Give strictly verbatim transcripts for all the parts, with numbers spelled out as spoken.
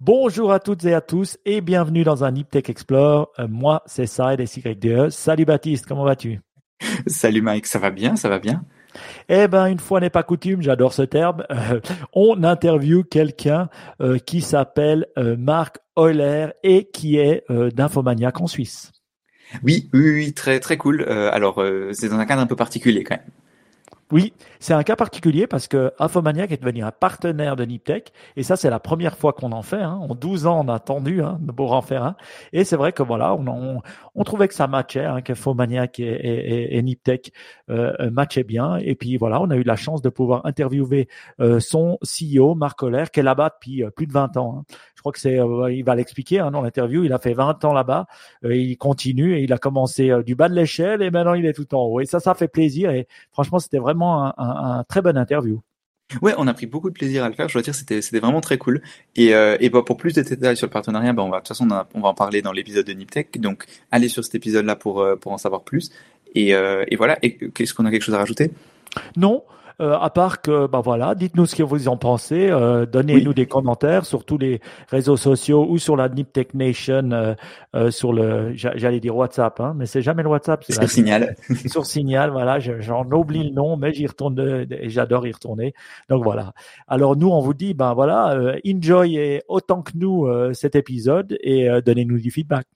Bonjour à toutes et à tous et bienvenue dans un Niptech Explore. Euh, moi, c'est Saïd S Y D E. Salut Baptiste, comment vas-tu? Salut Mike, ça va bien, ça va bien. Eh ben, une fois n'est pas coutume, j'adore ce terme. euh, on interviewe quelqu'un euh, qui s'appelle euh, Marc Euler et qui est euh, d'Infomaniac en Suisse. Oui, oui, oui, très très cool. Euh, alors, euh, c'est dans un cadre un peu particulier quand même. Oui, c'est un cas particulier parce que Infomaniac est devenu un partenaire de Niptech et ça, c'est la première fois qu'on en fait. Hein. En douze ans, on a attendu hein, pour en faire un. Et c'est vrai que voilà, on, on, on trouvait que ça matchait, hein, qu'Infomaniac et, et, et, et Niptech euh, matchaient bien. Et puis voilà, on a eu la chance de pouvoir interviewer euh, son C E O, Marc Euler, qui est là-bas depuis euh, plus de vingt ans. Hein. Je crois que c'est, euh, il va l'expliquer hein, dans l'interview. Il a fait vingt ans là-bas, euh, il continue et il a commencé euh, du bas de l'échelle et maintenant il est tout en haut. Et ça, ça fait plaisir. Et franchement, c'était vraiment un, un, un très bonne interview. Ouais, on a pris beaucoup de plaisir à le faire. Je dois dire, c'était c'était vraiment très cool. Et euh, et bah, pour plus de détails sur le partenariat, bah, on va de toute façon on, a- on va en parler dans l'épisode de Niptech. Donc, allez sur cet épisode-là pour euh, pour en savoir plus. Et euh, et voilà. Et qu'est-ce qu'on a quelque chose à rajouter? Non, euh, à part que, bah voilà, dites-nous ce que vous en pensez, euh, donnez-nous Oui, des commentaires sur tous les réseaux sociaux ou sur la Niptech Nation, euh, euh, sur le, j'a- j'allais dire WhatsApp, hein, mais c'est jamais le WhatsApp, c'est la sur Niptech. Signal. Sur Signal, voilà, je- j'en oublie le nom, mais j'y retourne de- de- et j'adore y retourner. Donc voilà. Alors nous, on vous dit, ben voilà, euh, enjoy et autant que nous euh, cet épisode et euh, donnez-nous du feedback.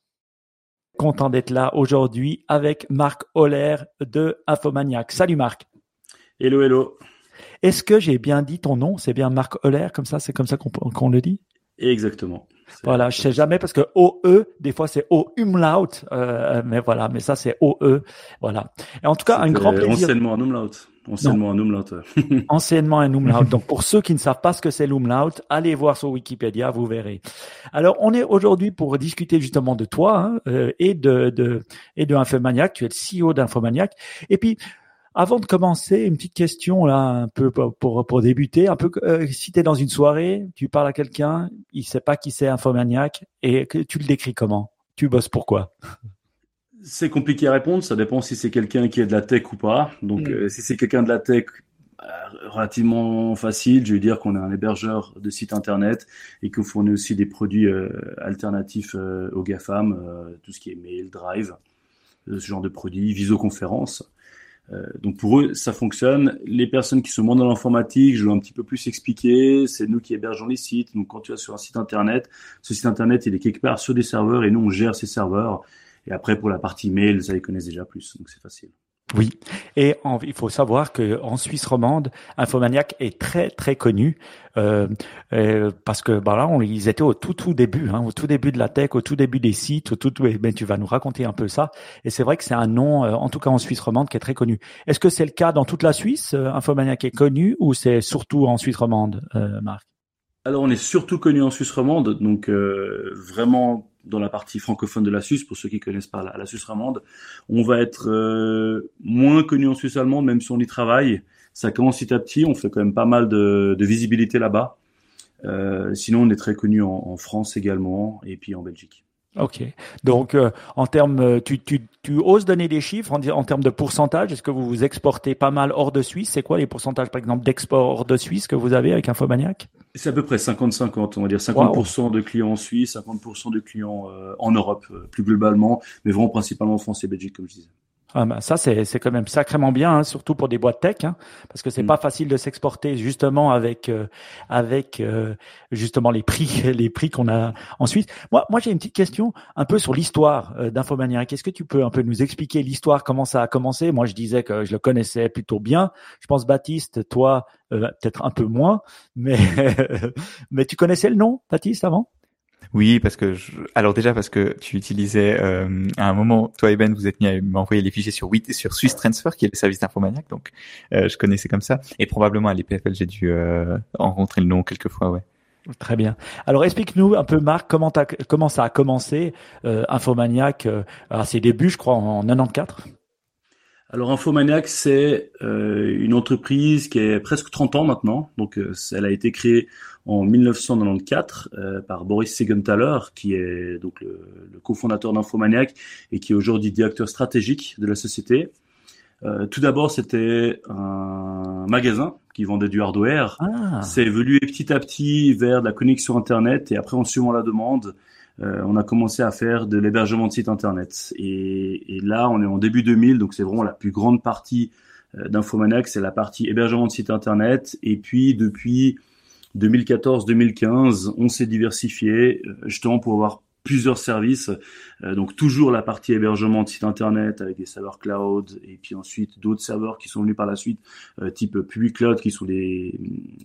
Content d'être là aujourd'hui avec Marc Euler de Infomaniac. Salut Marc. Hello, hello. Est-ce que j'ai bien dit ton nom? C'est bien Marc Euler, comme ça, c'est comme ça qu'on qu'on le dit? Exactement. C'est Voilà, je sais c'est ça. jamais parce que O E, des fois c'est O umlaut, euh, mais voilà, mais ça c'est O E, voilà. Et en tout cas, un grand C'était plaisir. anciennement un umlaut. Non, Anciennement un umlaut. anciennement un umlaut. Donc pour ceux qui ne savent pas ce que c'est l'umlaut, allez voir sur Wikipédia, vous verrez. Alors on est aujourd'hui pour discuter justement de toi hein, euh, et de, de et de Infomaniac. Tu es le C E O d'Infomaniac. Et puis avant de commencer, une petite question là, un peu pour pour, pour débuter, un peu euh, si tu es dans une soirée, tu parles à quelqu'un, il sait pas qui c'est Infomaniac et que tu le décris comment? Tu bosses pourquoi? C'est compliqué à répondre. Ça dépend si c'est quelqu'un qui est de la tech ou pas. Donc, Mm. euh, si c'est quelqu'un de la tech, euh, relativement facile. Je vais dire qu'on est un hébergeur de sites internet et qu'on fournit aussi des produits euh, alternatifs euh, aux GAFAM, euh, tout ce qui est mail, drive, euh, ce genre de produits, visioconférence. Euh, donc pour eux, ça fonctionne. Les personnes qui sont moins dans l'informatique, je vais un petit peu plus expliquer. C'est nous qui hébergeons les sites. Donc quand tu vas sur un site internet, ce site internet, il est quelque part sur des serveurs et nous, on gère ces serveurs. Et après, pour la partie mail, ça, ils connaissent déjà plus. Donc c'est facile. Oui, et en- il faut savoir que en Suisse romande, Infomaniac est très très connu euh, euh, parce que bah là, on, ils étaient au tout tout début, hein, au tout début de la tech, au tout début des sites, au tout. Mais tu vas nous raconter un peu ça. Et c'est vrai que c'est un nom, euh, en tout cas en Suisse romande, qui est très connu. Est-ce que c'est le cas dans toute la Suisse, euh, Infomaniac est connu, ou c'est surtout en Suisse romande, euh, Marc? Alors, on est surtout connu en Suisse romande, donc euh, vraiment dans la partie francophone de la Suisse, pour ceux qui connaissent pas la, la Suisse romande. On va être euh, moins connu en Suisse allemande, même si on y travaille. Ça commence petit à petit, on fait quand même pas mal de, de visibilité là-bas. Euh, sinon, on est très connu en, en France également, et puis en Belgique. Ok. Donc, euh, en termes, euh, tu, tu, tu oses donner des chiffres en, di- en termes de pourcentage? Est-ce que vous vous exportez pas mal hors de Suisse? C'est quoi les pourcentages, par exemple, d'export hors de Suisse que vous avez avec Infomaniac? C'est à peu près cinquante cinquante, on va dire cinquante pour Waouh! cent de clients en Suisse, cinquante pour cent de clients euh, en Europe, euh, plus globalement, mais vraiment principalement en France et Belgique, comme je disais. Ah ben ça c'est c'est quand même sacrément bien, hein, surtout pour des boîtes tech, hein, parce que c'est Mm. pas facile de s'exporter justement avec euh, avec euh, justement les prix les prix qu'on a en Suisse. Moi moi j'ai une petite question un peu sur l'histoire euh, d'Infomaniac. Est-ce que tu peux un peu nous expliquer l'histoire, comment ça a commencé? Moi je disais que je le connaissais plutôt bien. Je pense Baptiste, toi euh, peut-être un peu moins, mais mais tu connaissais le nom Baptiste avant? Oui, parce que je... alors déjà parce que tu utilisais euh, à un moment, toi et Ben, vous êtes mis à m'envoyer les fichiers sur Wit- sur Swiss Transfer, qui est le service d'Infomaniac, donc euh, je connaissais comme ça. Et probablement à l'E P F L, j'ai dû euh, rencontrer le nom quelques fois, ouais. Très bien. Alors explique-nous un peu, Marc, comment, t'as- comment ça a commencé, euh, Infomaniac, euh, à ses débuts, je crois, en quatre-vingt-quatorze. Alors Infomaniac, c'est euh, une entreprise qui est presque trente ans maintenant. Donc, euh, elle a été créée en mille neuf cent quatre-vingt-quatorze euh, par Boris Siegenthaler, qui est donc le, le cofondateur d'Infomaniac et qui est aujourd'hui directeur stratégique de la société. Euh, tout d'abord, c'était un magasin qui vendait du hardware. Ah, C'est évolué petit à petit vers de la connexion Internet et après, en suivant la demande, euh, on a commencé à faire de l'hébergement de sites Internet. Et, et là, on est en début deux mille, donc c'est vraiment la plus grande partie euh, d'Infomaniac, c'est la partie hébergement de sites Internet. Et puis, depuis deux mille quatorze deux mille quinze, on s'est diversifié euh, justement pour avoir plusieurs services, euh, donc toujours la partie hébergement de site internet avec des serveurs cloud et puis ensuite d'autres serveurs qui sont venus par la suite, euh, type public cloud qui sont des,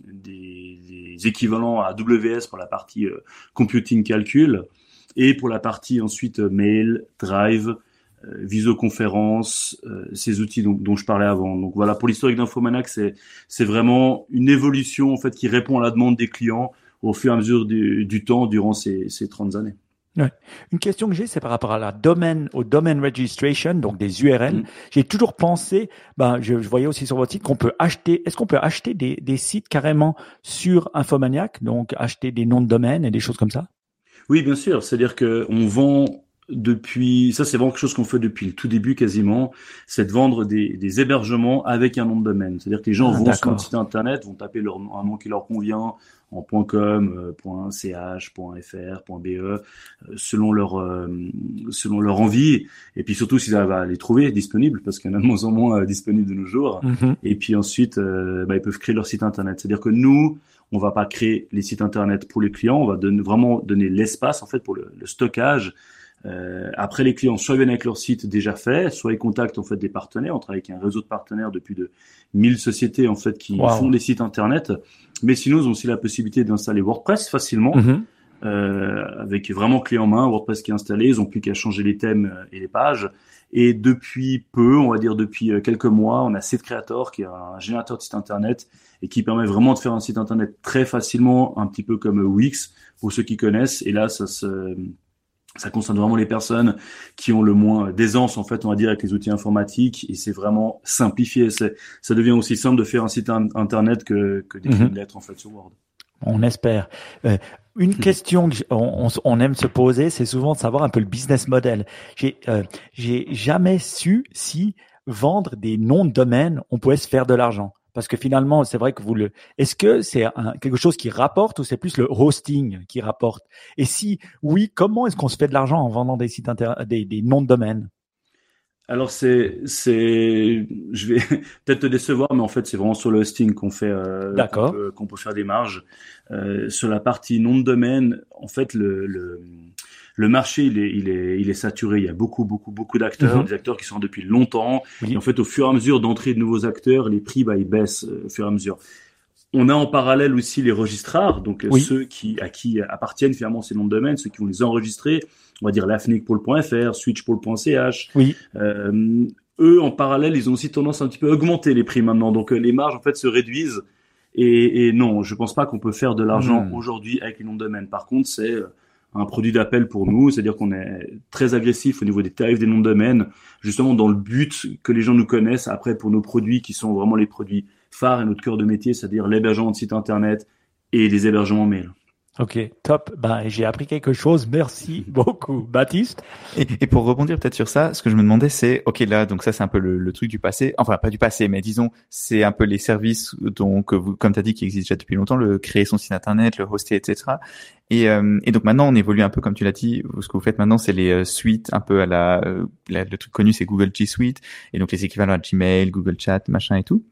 des, des équivalents à A W S pour la partie euh, computing calcul et pour la partie ensuite euh, mail, drive, euh, visioconférence, euh, ces outils donc, dont je parlais avant. Donc voilà, pour l'historique d'Infomaniac, c'est c'est vraiment une évolution en fait qui répond à la demande des clients au fur et à mesure du, du temps durant ces, ces trente années. ouais. Une question que j'ai, c'est par rapport à la domaine, au domain registration, donc des U R L. Mm. J'ai toujours pensé, ben, je, je voyais aussi sur votre site qu'on peut acheter, est-ce qu'on peut acheter des, des sites carrément sur Infomaniac, donc acheter des noms de domaine et des choses comme ça? Oui, bien sûr. C'est-à-dire que on vend depuis, ça c'est vraiment quelque chose qu'on fait depuis le tout début quasiment, c'est de vendre des, des hébergements avec un nom de domaine. C'est-à-dire que les gens Ah, vont sur notre d'accord. site internet, vont taper leur, un nom qui leur convient en .com, euh, .ch, .fr, .be, euh, selon leur euh, selon leur envie. Et puis surtout s'ils arrivent à les trouver disponibles, parce qu'il y en a de moins en moins euh, disponibles de nos jours. Mhm. Et puis ensuite, euh, bah, ils peuvent créer leur site internet. C'est-à-dire que nous, on va pas créer les sites internet pour les clients, on va donner, vraiment donner l'espace en fait pour le, le stockage. Euh, après, les clients soit viennent avec leur site déjà fait, soit ils contactent en fait des partenaires. On travaille avec un réseau de partenaires depuis de mille sociétés en fait qui Wow. font des sites internet. Mais sinon, ils ont aussi la possibilité d'installer WordPress facilement, Mhm. euh, avec vraiment clé en main, WordPress qui est installé. Ils ont plus qu'à changer les thèmes et les pages. Et depuis peu, on va dire depuis quelques mois, on a SiteCreator qui est un générateur de site internet et qui permet vraiment de faire un site internet très facilement, un petit peu comme Wix pour ceux qui connaissent. Et là, ça se Ça concerne vraiment les personnes qui ont le moins d'aisance, en fait, on va dire, avec les outils informatiques, et c'est vraiment simplifié. C'est, ça devient aussi simple de faire un site in- internet que, que d'écrire Mhm. une lettre, en fait, sur Word. On espère. Euh, une question qu'on on, on aime se poser, c'est souvent de savoir un peu le business model. J'ai euh, j'ai jamais su si vendre des noms de domaine, on pouvait se faire de l'argent. Parce que finalement, c'est vrai que vous le. Est-ce que c'est un, quelque chose qui rapporte ou c'est plus le hosting qui rapporte? Et si oui, comment est-ce qu'on se fait de l'argent en vendant des sites inter... des, des noms de domaine? Alors c'est c'est je vais peut-être te décevoir, mais en fait c'est vraiment sur le hosting qu'on fait euh, qu'on D'accord. peut qu'on peut faire des marges. Euh, sur la partie nom de domaine, en fait le le le marché il est il est il est saturé. Il y a beaucoup beaucoup beaucoup d'acteurs, Mhm. des acteurs qui sont depuis longtemps. Et Oui. en fait au fur et à mesure d'entrée de nouveaux acteurs, les prix bah ils baissent euh, au fur et à mesure. On a en parallèle aussi les registrars, donc euh, Oui. ceux qui à qui appartiennent finalement ces noms de domaine, ceux qui vont les enregistrer. On va dire l'Afnic pour le .fr, Switch pour le .ch. Oui. Euh, eux, en parallèle, ils ont aussi tendance à un petit peu augmenter les prix maintenant. Donc euh, les marges en fait se réduisent. Et, et non, je pense pas qu'on peut faire de l'argent Hmm. aujourd'hui avec les noms de domaine. Par contre, c'est euh, un produit d'appel pour nous, c'est-à-dire qu'on est très agressif au niveau des tarifs des noms de domaine, justement dans le but que les gens nous connaissent après pour nos produits qui sont vraiment les produits phares et notre cœur de métier, c'est-à-dire l'hébergement de sites internet et les hébergements mail. Ok, top. Ben, j'ai appris quelque chose. Merci beaucoup, Baptiste. Et, et pour rebondir peut-être sur ça, ce que je me demandais, c'est, ok, là, donc ça, c'est un peu le, le truc du passé. Enfin, pas du passé, mais disons, c'est un peu les services donc vous, comme tu as dit, qui existent déjà depuis longtemps, le créer son site internet, le hoster, et cetera. Et, euh, et donc maintenant, on évolue un peu, comme tu l'as dit. Ce que vous faites maintenant, c'est les euh, suites, un peu à la, euh, la, le truc connu, c'est Google G Suite, et donc les équivalents à Gmail, Google Chat, machin et tout.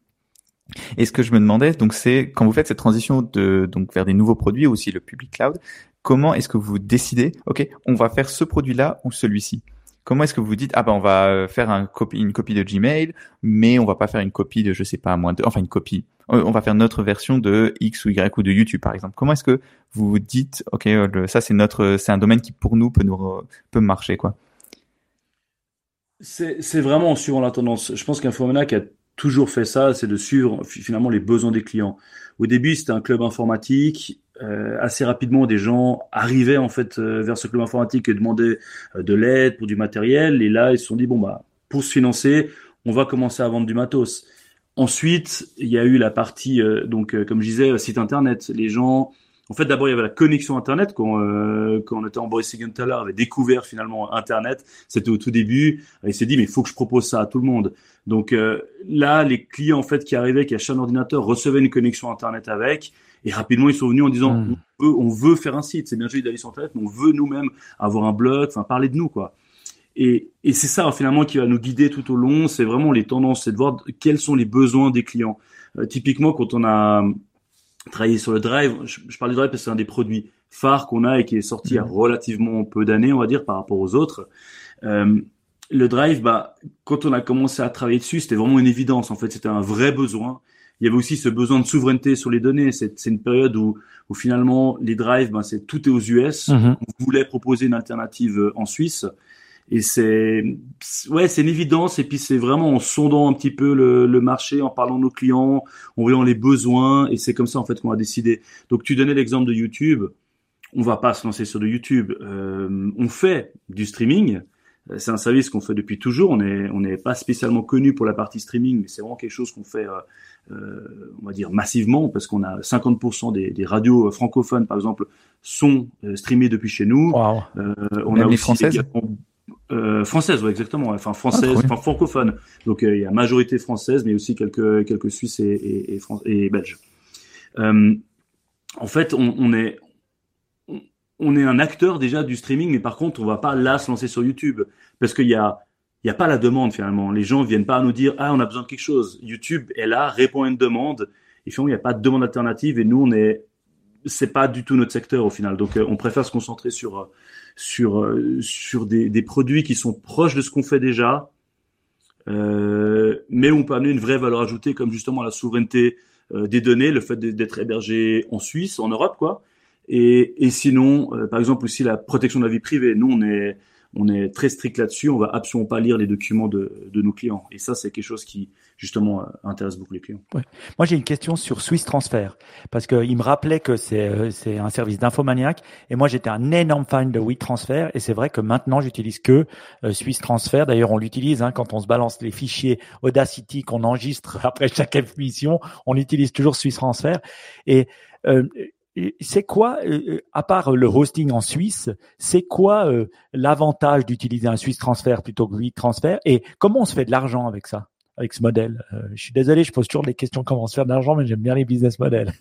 Et ce que je me demandais, donc, c'est quand vous faites cette transition de donc vers des nouveaux produits, aussi le public cloud, comment est-ce que vous décidez, ok, on va faire ce produit-là ou celui-ci? Comment est-ce que vous dites, ah ben on va faire un copie, une copie de Gmail, mais on va pas faire une copie de, je sais pas, moins de, enfin une copie, on va faire notre version de X ou Y ou de YouTube par exemple. Comment est-ce que vous vous dites, ok, le, ça c'est notre, c'est un domaine qui pour nous peut nous peut marcher quoi? C'est, c'est vraiment en suivant la tendance. Je pense qu'Infomaniac a toujours fait ça, c'est de suivre finalement les besoins des clients. Au début, c'était un club informatique. Euh, assez rapidement, des gens arrivaient en fait euh, vers ce club informatique et demandaient euh, de l'aide pour du matériel. Et là, ils se sont dit bon bah pour se financer, on va commencer à vendre du matos. Ensuite, il y a eu la partie euh, donc euh, comme je disais site internet. Les gens En fait, d'abord, il y avait la connexion Internet. Quand, euh, quand on était en Boris Siegenthaler avait découvert finalement Internet, c'était au tout début. Il s'est dit, mais il faut que je propose ça à tout le monde. Donc euh, là, les clients en fait qui arrivaient, qui achetaient un ordinateur, recevaient une connexion Internet avec. Et rapidement, ils sont venus en disant, mmh. on, veut, on veut faire un site. C'est bien joli d'aller sur Internet, mais on veut nous-mêmes avoir un blog, enfin parler de nous, quoi. Et, et c'est ça finalement qui va nous guider tout au long. C'est vraiment les tendances, c'est de voir quels sont les besoins des clients. Euh, typiquement, quand on a travaillé sur le Drive, je, je parle du Drive parce que c'est un des produits phares qu'on a et qui est sorti mmh. il y a relativement peu d'années, on va dire, par rapport aux autres. Euh, le Drive, bah, quand on a commencé à travailler dessus, c'était vraiment une évidence. En fait, c'était un vrai besoin. Il y avait aussi ce besoin de souveraineté sur les données. C'est, c'est une période où, où finalement les drives, ben c'est tout est aux U S. Mm-hmm. On voulait proposer une alternative en Suisse, et c'est ouais, c'est une évidence. Et puis c'est vraiment en sondant un petit peu le, le marché, en parlant de nos clients, en voyant les besoins, et c'est comme ça en fait qu'on a décidé. Donc tu donnais l'exemple de YouTube. On va pas se lancer sur de YouTube. Euh, on fait du streaming. C'est un service qu'on fait depuis toujours. On est, on n'est pas spécialement connu pour la partie streaming, mais c'est vraiment quelque chose qu'on fait, euh, on va dire massivement, parce qu'on a cinquante pour cent des, des radios francophones, par exemple, sont euh, streamées depuis chez nous. Wow. Euh, on Même a les aussi françaises. Des, euh, françaises, ouais, exactement. Enfin françaises, ah, enfin francophones. Donc euh, il y a majorité française, mais aussi quelques quelques Suisses et et, et, Fran- et Belges. Euh, en fait, on, on est on est un acteur déjà du streaming, mais par contre, on va pas là se lancer sur YouTube parce qu'il y a, il y a pas la demande finalement. Les gens viennent pas nous dire ah on a besoin de quelque chose. YouTube est là, répond à une demande. Et finalement, il y a pas de demande alternative et nous on est, c'est pas du tout notre secteur au final. Donc euh, on préfère se concentrer sur sur euh, sur des, des produits qui sont proches de ce qu'on fait déjà, euh, mais où on peut amener une vraie valeur ajoutée comme justement la souveraineté euh, des données, le fait d'être hébergé en Suisse, en Europe quoi. Et, et sinon, euh, par exemple aussi la protection de la vie privée. Nous, on est, on est très strict là-dessus. On va absolument pas lire les documents de, de nos clients. Et ça, c'est quelque chose qui justement euh, intéresse beaucoup les clients. Ouais. Moi, j'ai une question sur Swiss Transfer parce que il me rappelait que c'est, euh, c'est un service d'Infomaniac. Et moi, j'étais un énorme fan de WeTransfer. Et c'est vrai que maintenant, j'utilise que euh, Swiss Transfer. D'ailleurs, on l'utilise hein, quand on se balance les fichiers Audacity qu'on enregistre après chaque émission. On utilise toujours Swiss Transfer. Et euh, c'est quoi, euh, à part le hosting en Suisse, c'est quoi euh, l'avantage d'utiliser un Swiss Transfer plutôt que WeTransfer et comment on se fait de l'argent avec ça, avec ce modèle? euh, Je suis désolé, je pose toujours des questions comment se faire de l'argent, mais j'aime bien les business models.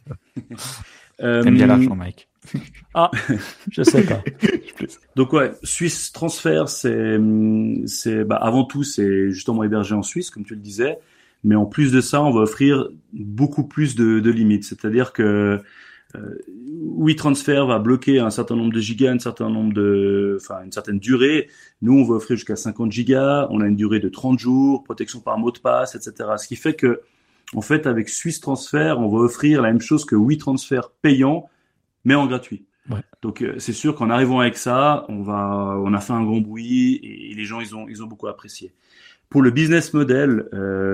euh, T'aimes bien l'argent, Mike? Ah, je sais pas. Donc ouais, Swiss Transfer, c'est, c'est, bah avant tout, c'est justement hébergé en Suisse, comme tu le disais, mais en plus de ça, on va offrir beaucoup plus de, de limites, c'est-à-dire que Euh, WeTransfer va bloquer un certain nombre de gigas, un certain nombre de, enfin une certaine durée. Nous, on va offrir jusqu'à cinquante gigas. On a une durée de trente jours, protection par mot de passe, et cetera. Ce qui fait que, en fait, avec Swiss Transfer, on va offrir la même chose que WeTransfer payant, mais en gratuit. Ouais. Donc euh, c'est sûr qu'en arrivant avec ça, on va, on a fait un grand bruit et, et les gens ils ont, ils ont beaucoup apprécié. Pour le business model,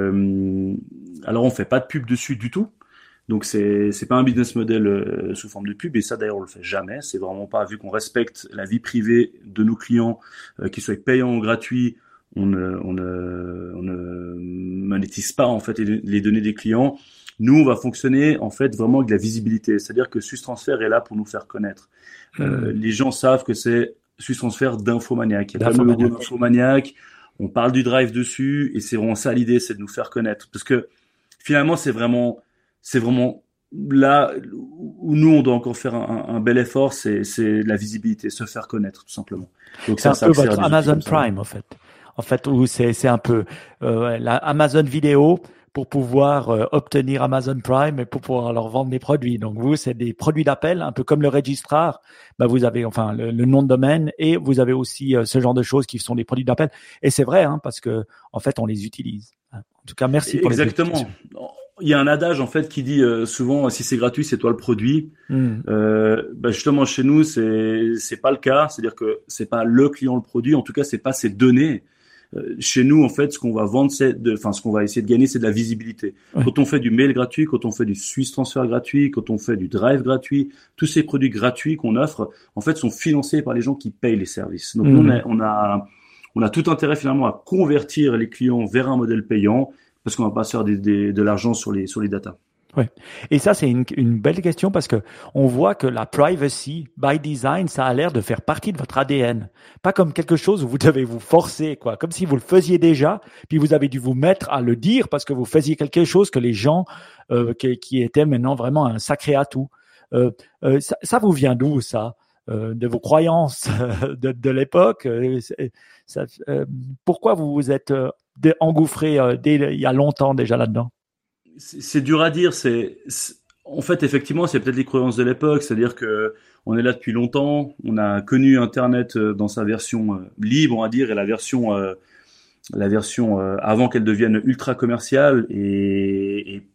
euh, alors on fait pas de pub dessus du tout. Donc c'est c'est pas un business model euh, sous forme de pub et ça d'ailleurs on le fait jamais. C'est vraiment pas, vu qu'on respecte la vie privée de nos clients, euh, qu'ils soient payants ou gratuits, on ne on ne on ne monétise pas en fait les, les données des clients. Nous on va fonctionner en fait vraiment avec de la visibilité, c'est-à-dire que Swiss Transfer est là pour nous faire connaître. Mmh. Euh, les gens savent que c'est Swiss Transfer d'Infomaniac. Il y a pas le logo d'Infomaniac. On parle du drive dessus et c'est vraiment ça l'idée, c'est de nous faire connaître parce que finalement c'est vraiment C'est vraiment là où nous on doit encore faire un, un bel effort, c'est, c'est la visibilité, se faire connaître tout simplement. Donc c'est ça, un peu votre Amazon Prime en fait, en fait où c'est c'est un peu euh, la Amazon Vidéo pour pouvoir euh, obtenir Amazon Prime et pour pouvoir leur vendre des produits. Donc vous c'est des produits d'appel, un peu comme le registrar. Bah vous avez enfin le, le nom de domaine et vous avez aussi euh, ce genre de choses qui sont des produits d'appel. Et c'est vrai hein, parce que en fait on les utilise. En tout cas merci pour Exactement. les explications. Il y a un adage en fait qui dit euh, souvent si c'est gratuit c'est toi le produit. Mm. Euh, bah justement chez nous c'est c'est pas le cas, c'est-à-dire que c'est pas le client le produit, en tout cas c'est pas ses données. Euh, chez nous en fait ce qu'on va vendre c'est de, enfin ce qu'on va essayer de gagner c'est de la visibilité. Ouais. Quand on fait du mail gratuit, quand on fait du Swiss Transfer gratuit, quand on fait du Drive gratuit, tous ces produits gratuits qu'on offre en fait sont financés par les gens qui payent les services. Donc mm. nous, on a on a on a tout intérêt finalement à convertir les clients vers un modèle payant. Parce qu'on va pas se faire des, des, de l'argent sur les sur les datas. Ouais. Et ça, c'est une, une belle question parce que on voit que la privacy by design, ça a l'air de faire partie de votre A D N. Pas comme quelque chose où vous devez vous forcer, quoi. Comme si vous le faisiez déjà, puis vous avez dû vous mettre à le dire parce que vous faisiez quelque chose que les gens, euh, qui, qui était maintenant vraiment un sacré atout. Euh, euh, ça, ça vous vient d'où, ça? Euh, de vos croyances de, de l'époque? Euh, ça, euh, pourquoi vous vous êtes euh, engouffré euh, dès il y a longtemps déjà là-dedans? C'est, c'est dur à dire. C'est, c'est, en fait, effectivement, c'est peut-être les croyances de l'époque. C'est-à-dire que on est là depuis longtemps. On a connu Internet dans sa version libre, on va dire, et la version, euh, la version euh, avant qu'elle devienne ultra commerciale. Et, et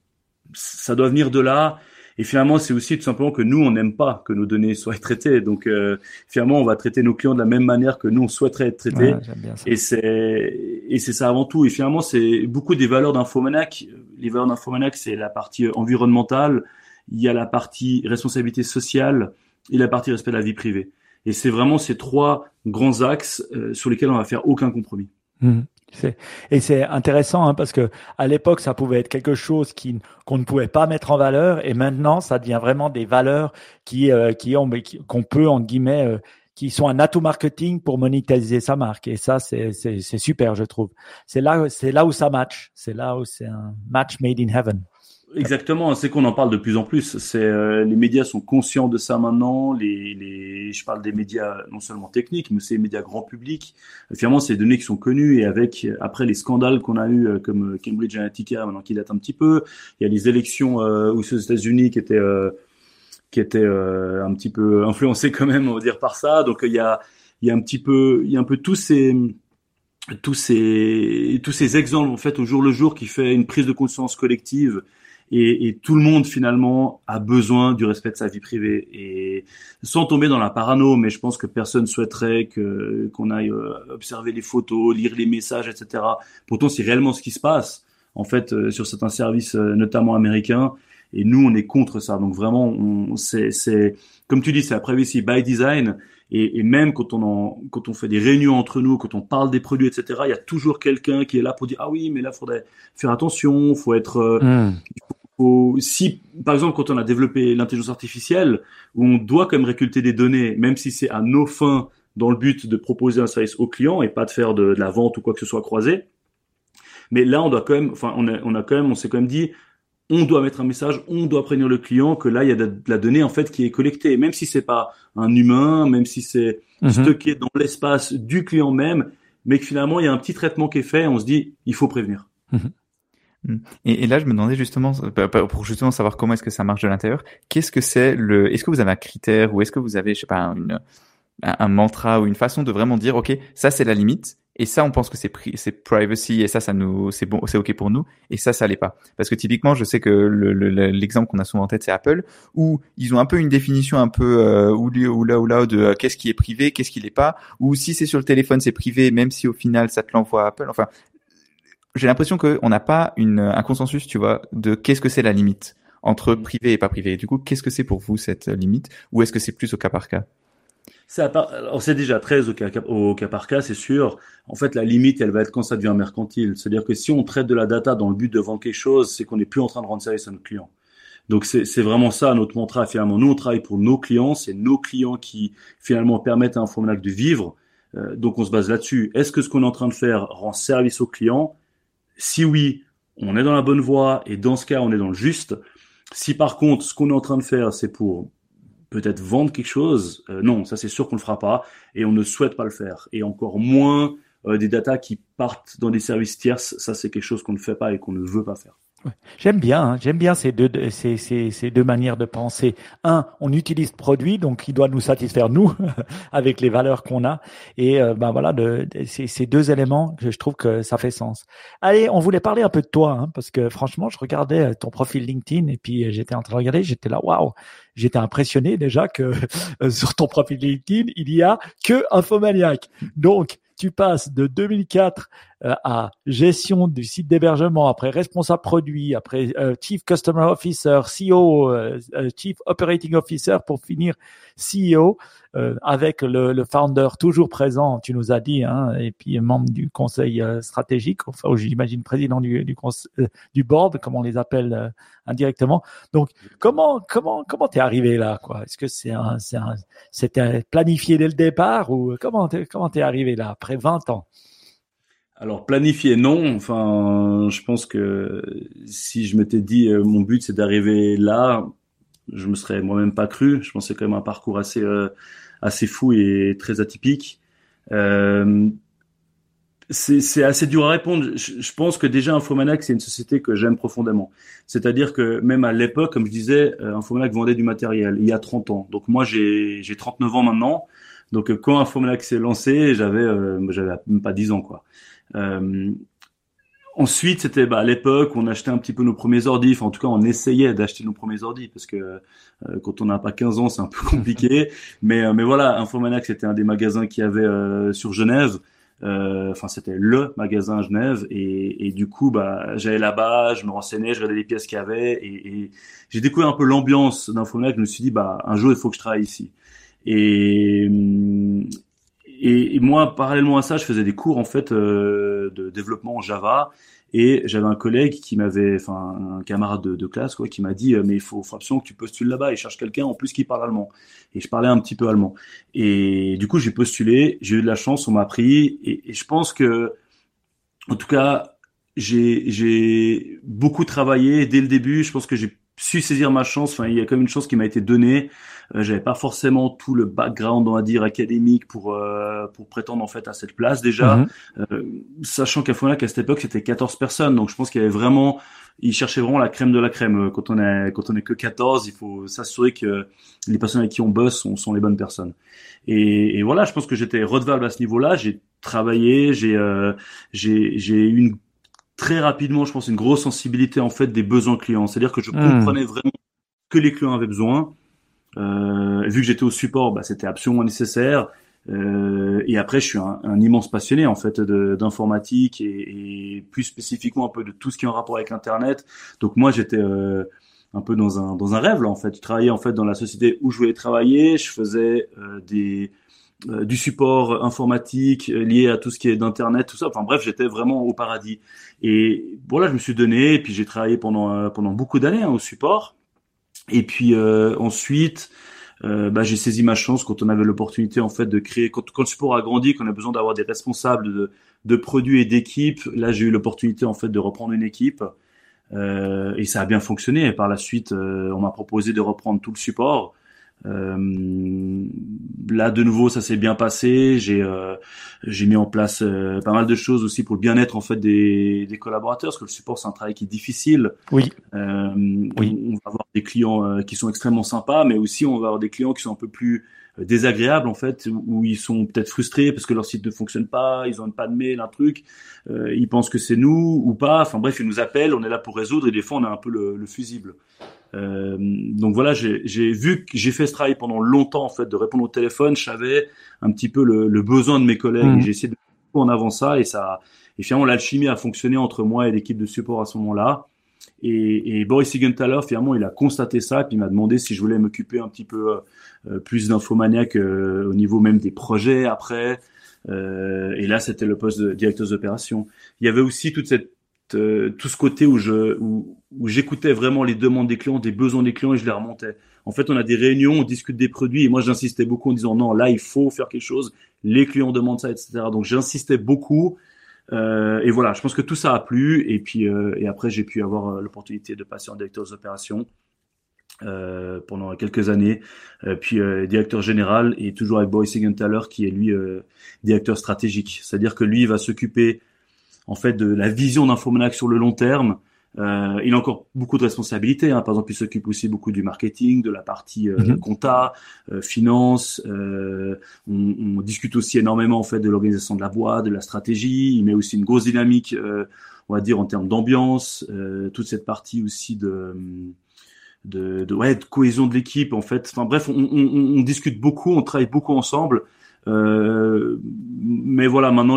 ça doit venir de là. Et finalement, c'est aussi tout simplement que nous, on n'aime pas que nos données soient traitées. Donc, euh, finalement, on va traiter nos clients de la même manière que nous, on souhaiterait être traités. Ouais, j'aime bien ça. Et c'est, et c'est ça avant tout. Et finalement, c'est beaucoup des valeurs d'Infomaniac. Les valeurs d'Infomaniac, c'est la partie environnementale, il y a la partie responsabilité sociale et la partie respect de la vie privée. Et c'est vraiment ces trois grands axes euh, sur lesquels on va faire aucun compromis. Mmh. C'est, et c'est intéressant hein, parce que à l'époque ça pouvait être quelque chose qui qu'on ne pouvait pas mettre en valeur et maintenant ça devient vraiment des valeurs qui euh, qui ont qui, qu'on peut en guillemets euh, qui sont un atout marketing pour monétiser sa marque et ça c'est c'est c'est super je trouve. C'est là c'est là où ça match, c'est là où c'est un match made in heaven. Exactement, c'est qu'on en parle de plus en plus. C'est euh, les médias sont conscients de ça maintenant. Les, les, je parle des médias non seulement techniques, mais c'est les médias grand public. Finalement, c'est des données qui sont connues et avec après les scandales qu'on a eu comme Cambridge Analytica, maintenant qui date un petit peu. Il y a les élections euh, aux États-Unis qui étaient euh, qui étaient euh, un petit peu influencées quand même, on va dire par ça. Donc il y a il y a un petit peu il y a un peu tous ces tous ces tous ces exemples en fait au jour le jour qui fait une prise de conscience collective. Et, et tout le monde finalement a besoin du respect de sa vie privée et sans tomber dans la parano, mais je pense que personne souhaiterait que qu'on aille euh, observer les photos, lire les messages, et cetera. Pourtant, c'est réellement ce qui se passe en fait euh, sur certains services, euh, notamment américains. Et nous, on est contre ça. Donc vraiment, on, c'est, c'est comme tu dis, c'est la privacy by design. Et, et même quand on en, quand on fait des réunions entre nous, quand on parle des produits, et cetera, il y a toujours quelqu'un qui est là pour dire ah oui, mais là, faudrait faire attention, faut être euh, mmh. Si, par exemple, quand on a développé l'intelligence artificielle, où on doit quand même récolter des données, même si c'est à nos fins, dans le but de proposer un service au client et pas de faire de, de la vente ou quoi que ce soit croisé. Mais là, on doit quand même, enfin, on a, on a quand même, on s'est quand même dit, on doit mettre un message, on doit prévenir le client que là, il y a de, de la donnée en fait qui est collectée, même si c'est pas un humain, même si c'est mm-hmm. stocké dans l'espace du client même, mais que finalement, il y a un petit traitement qui est fait. Et on se dit, il faut prévenir. Mm-hmm. Et, et là, je me demandais justement, pour justement savoir comment est-ce que ça marche de l'intérieur, qu'est-ce que c'est le, est-ce que vous avez un critère ou est-ce que vous avez, je sais pas, une, un, un mantra ou une façon de vraiment dire, ok, ça c'est la limite et ça on pense que c'est pri- c'est privacy et ça ça nous c'est bon, c'est ok pour nous et ça ça l'est pas. Parce que typiquement, je sais que le, le, l'exemple qu'on a souvent en tête c'est Apple où ils ont un peu une définition un peu euh, ou là ou là de euh, qu'est-ce qui est privé, qu'est-ce qui l'est pas, ou si c'est sur le téléphone c'est privé même si au final ça te l'envoie à Apple. Enfin. J'ai l'impression qu'on n'a pas une, un consensus, tu vois, de qu'est-ce que c'est la limite entre privé et pas privé. Du coup, qu'est-ce que c'est pour vous cette limite, ou est-ce que c'est plus au cas par cas? C'est part... Alors c'est déjà très au cas, au cas par cas, c'est sûr. En fait, la limite, elle va être quand ça devient mercantile. C'est-à-dire que si on traite de la data dans le but de vendre quelque chose, c'est qu'on n'est plus en train de rendre service à notre client. Donc c'est, c'est vraiment ça notre mantra finalement. Nous, on travaille pour nos clients, c'est nos clients qui finalement permettent à Infomaniac de vivre. Euh, donc on se base là-dessus. Est-ce que ce qu'on est en train de faire rend service aux clients? Si oui, on est dans la bonne voie et dans ce cas, on est dans le juste. Si par contre, ce qu'on est en train de faire, c'est pour peut-être vendre quelque chose, euh, non, ça c'est sûr qu'on le fera pas et on ne souhaite pas le faire. Et encore moins euh, des datas qui partent dans des services tierces, ça c'est quelque chose qu'on ne fait pas et qu'on ne veut pas faire. Ouais. J'aime bien, hein, j'aime bien ces deux, ces, ces, ces deux manières de penser. Un, on utilise le produit, donc il doit nous satisfaire nous avec les valeurs qu'on a. Et euh, ben voilà, de, de, ces, ces deux éléments, je trouve que ça fait sens. Allez, on voulait parler un peu de toi, hein, parce que franchement, je regardais ton profil LinkedIn et puis j'étais en train de regarder, j'étais là, waouh, j'étais impressionné déjà que euh, sur ton profil LinkedIn, il y a que Infomaniac. Donc tu passes de deux mille quatre euh, à gestion du site d'hébergement, après responsable produit, après euh, Chief Customer Officer, C E O, euh, Chief Operating Officer, pour finir C E O, euh, avec le, le founder toujours présent, tu nous as dit, hein, et puis membre du conseil euh, stratégique, enfin, ou j'imagine président du du, conseil, euh, du board, comme on les appelle euh, indirectement. Donc, comment comment comment t'es arrivé là, quoi? Est-ce que c'est un c'est un c'était planifié dès le départ, ou comment t'es, comment t'es arrivé là après vingt ans? Alors planifié, non. Enfin, je pense que si je m'étais dit euh, mon but c'est d'arriver là, je me serais moi-même pas cru. Je pense que c'est quand même un parcours assez euh, assez fou et très atypique. Euh, c'est, c'est assez dur à répondre. Je, je pense que déjà Infomaniac, c'est une société que j'aime profondément. C'est-à-dire que même à l'époque, comme je disais, euh, Infomaniac vendait du matériel il y a trente ans. Donc moi, j'ai j'ai trente-neuf ans maintenant. Donc euh, quand Infomaniac s'est lancé, j'avais euh, j'avais même pas dix ans, quoi. Euh, Ensuite, c'était bah, à l'époque, on achetait un petit peu nos premiers ordis. Enfin, en tout cas, on essayait d'acheter nos premiers ordis parce que euh, quand on n'a pas quinze ans, c'est un peu compliqué. mais euh, mais voilà, Infomaniac, c'était un des magasins qu'il y avait euh, sur Genève. Euh, Enfin, c'était le magasin à Genève. Et, et du coup, bah, j'allais là-bas, je me renseignais, je regardais les pièces qu'il y avait, et, et j'ai découvert un peu l'ambiance d'Infomaniac. Je me suis dit, bah, un jour, il faut que je travaille ici. Et Et, et moi, parallèlement à ça, je faisais des cours en fait euh, de développement en Java. Et j'avais un collègue qui m'avait, enfin un camarade de, de classe, quoi, qui m'a dit euh, mais il faut, faut absolument que tu postules là-bas. Il cherche quelqu'un en plus qui parle allemand. Et je parlais un petit peu allemand. Et du coup, j'ai postulé. J'ai eu de la chance, on m'a pris. Et, et je pense que, en tout cas, j'ai j'ai beaucoup travaillé dès le début. Je pense que j'ai su saisir ma chance. Enfin, il y a quand même une chance qui m'a été donnée. Euh, j'avais pas forcément tout le background, on va dire, académique pour euh, pour prétendre en fait à cette place déjà. Mhm. Euh, sachant qu'à Fonac à cette époque c'était quatorze personnes, donc je pense qu'il y avait vraiment, ils cherchaient vraiment la crème de la crème. Quand on est quand on est que quatorze, il faut s'assurer que les personnes avec qui on bosse sont, sont les bonnes personnes. Et, et voilà, je pense que j'étais redevable à ce niveau-là. J'ai travaillé, j'ai euh, j'ai j'ai eu une très rapidement, je pense, une grosse sensibilité en fait des besoins clients. C'est-à-dire que je Mhm. comprenais vraiment que les clients avaient besoin. Euh, vu que j'étais au support, bah, c'était absolument nécessaire. Euh, et après, je suis un, un immense passionné en fait de, d'informatique et, et plus spécifiquement un peu de tout ce qui est en rapport avec Internet. Donc moi, j'étais euh, un peu dans un dans un rêve là en fait. Je travaillais en fait dans la société où je voulais travailler. Je faisais euh, des euh, du support informatique lié à tout ce qui est d'internet, tout ça. Enfin bref, j'étais vraiment au paradis. Et voilà, je me suis donné. Et puis j'ai travaillé pendant euh, pendant beaucoup d'années hein, au support. Et puis euh, ensuite, euh, bah, j'ai saisi ma chance quand on avait l'opportunité en fait de créer. Quand, quand le support a grandi, qu'on a besoin d'avoir des responsables de, de produits et d'équipes, là j'ai eu l'opportunité en fait de reprendre une équipe euh, et ça a bien fonctionné. Et par la suite, euh, on m'a proposé de reprendre tout le support. Euh, là de nouveau ça s'est bien passé, j'ai euh, j'ai mis en place euh, pas mal de choses aussi pour le bien-être en fait des, des collaborateurs parce que le support c'est un travail qui est difficile. Oui, Euh, oui. on, on va avoir des clients euh, qui sont extrêmement sympas, mais aussi on va avoir des clients qui sont un peu plus euh, désagréables en fait, où, où ils sont peut-être frustrés parce que leur site ne fonctionne pas, ils ont pas de mail, un truc, euh, ils pensent que c'est nous ou pas. Enfin bref, ils nous appellent, on est là pour résoudre et des fois on a un peu le, le fusible. Euh, donc voilà, j'ai, j'ai vu que j'ai fait ce travail pendant longtemps en fait, de répondre au téléphone. Je savais un petit peu le, le besoin de mes collègues Mhm. et j'ai essayé de en avant ça et ça. Et finalement, l'alchimie a fonctionné entre moi et l'équipe de support à ce moment-là. Et, et Boris Siegenthaler, finalement, il a constaté ça, puis il m'a demandé si je voulais m'occuper un petit peu euh, plus d'Infomaniac euh, au niveau même des projets après. Euh, et là, c'était le poste de directeur d'opération. Il y avait aussi toute cette euh, tout ce côté où je où, où j'écoutais vraiment les demandes des clients, des besoins des clients et je les remontais. En fait, on a des réunions, on discute des produits et moi j'insistais beaucoup en disant non, là il faut faire quelque chose. Les clients demandent ça, et cetera. Donc j'insistais beaucoup. Euh, et voilà, je pense que tout ça a plu. Et puis euh, et après j'ai pu avoir euh, l'opportunité de passer en directeur des opérations euh, pendant quelques années. Euh, puis euh, directeur général et toujours avec Boris Siegenthaler qui est lui euh, directeur stratégique. C'est-à-dire que lui il va s'occuper en fait de la vision d'Infomaniac sur le long terme. Euh, il a encore beaucoup de responsabilités. Hein. Par exemple, il s'occupe aussi beaucoup du marketing, de la partie euh, Mhm. compta, euh, finance. Euh, on, on discute aussi énormément en fait de l'organisation de la boîte, de la stratégie. Il met aussi une grosse dynamique, euh, on va dire en termes d'ambiance, euh, toute cette partie aussi de de, de ouais de cohésion de l'équipe en fait. Enfin bref, on, on, on discute beaucoup, on travaille beaucoup ensemble. Euh, mais voilà, maintenant j'ai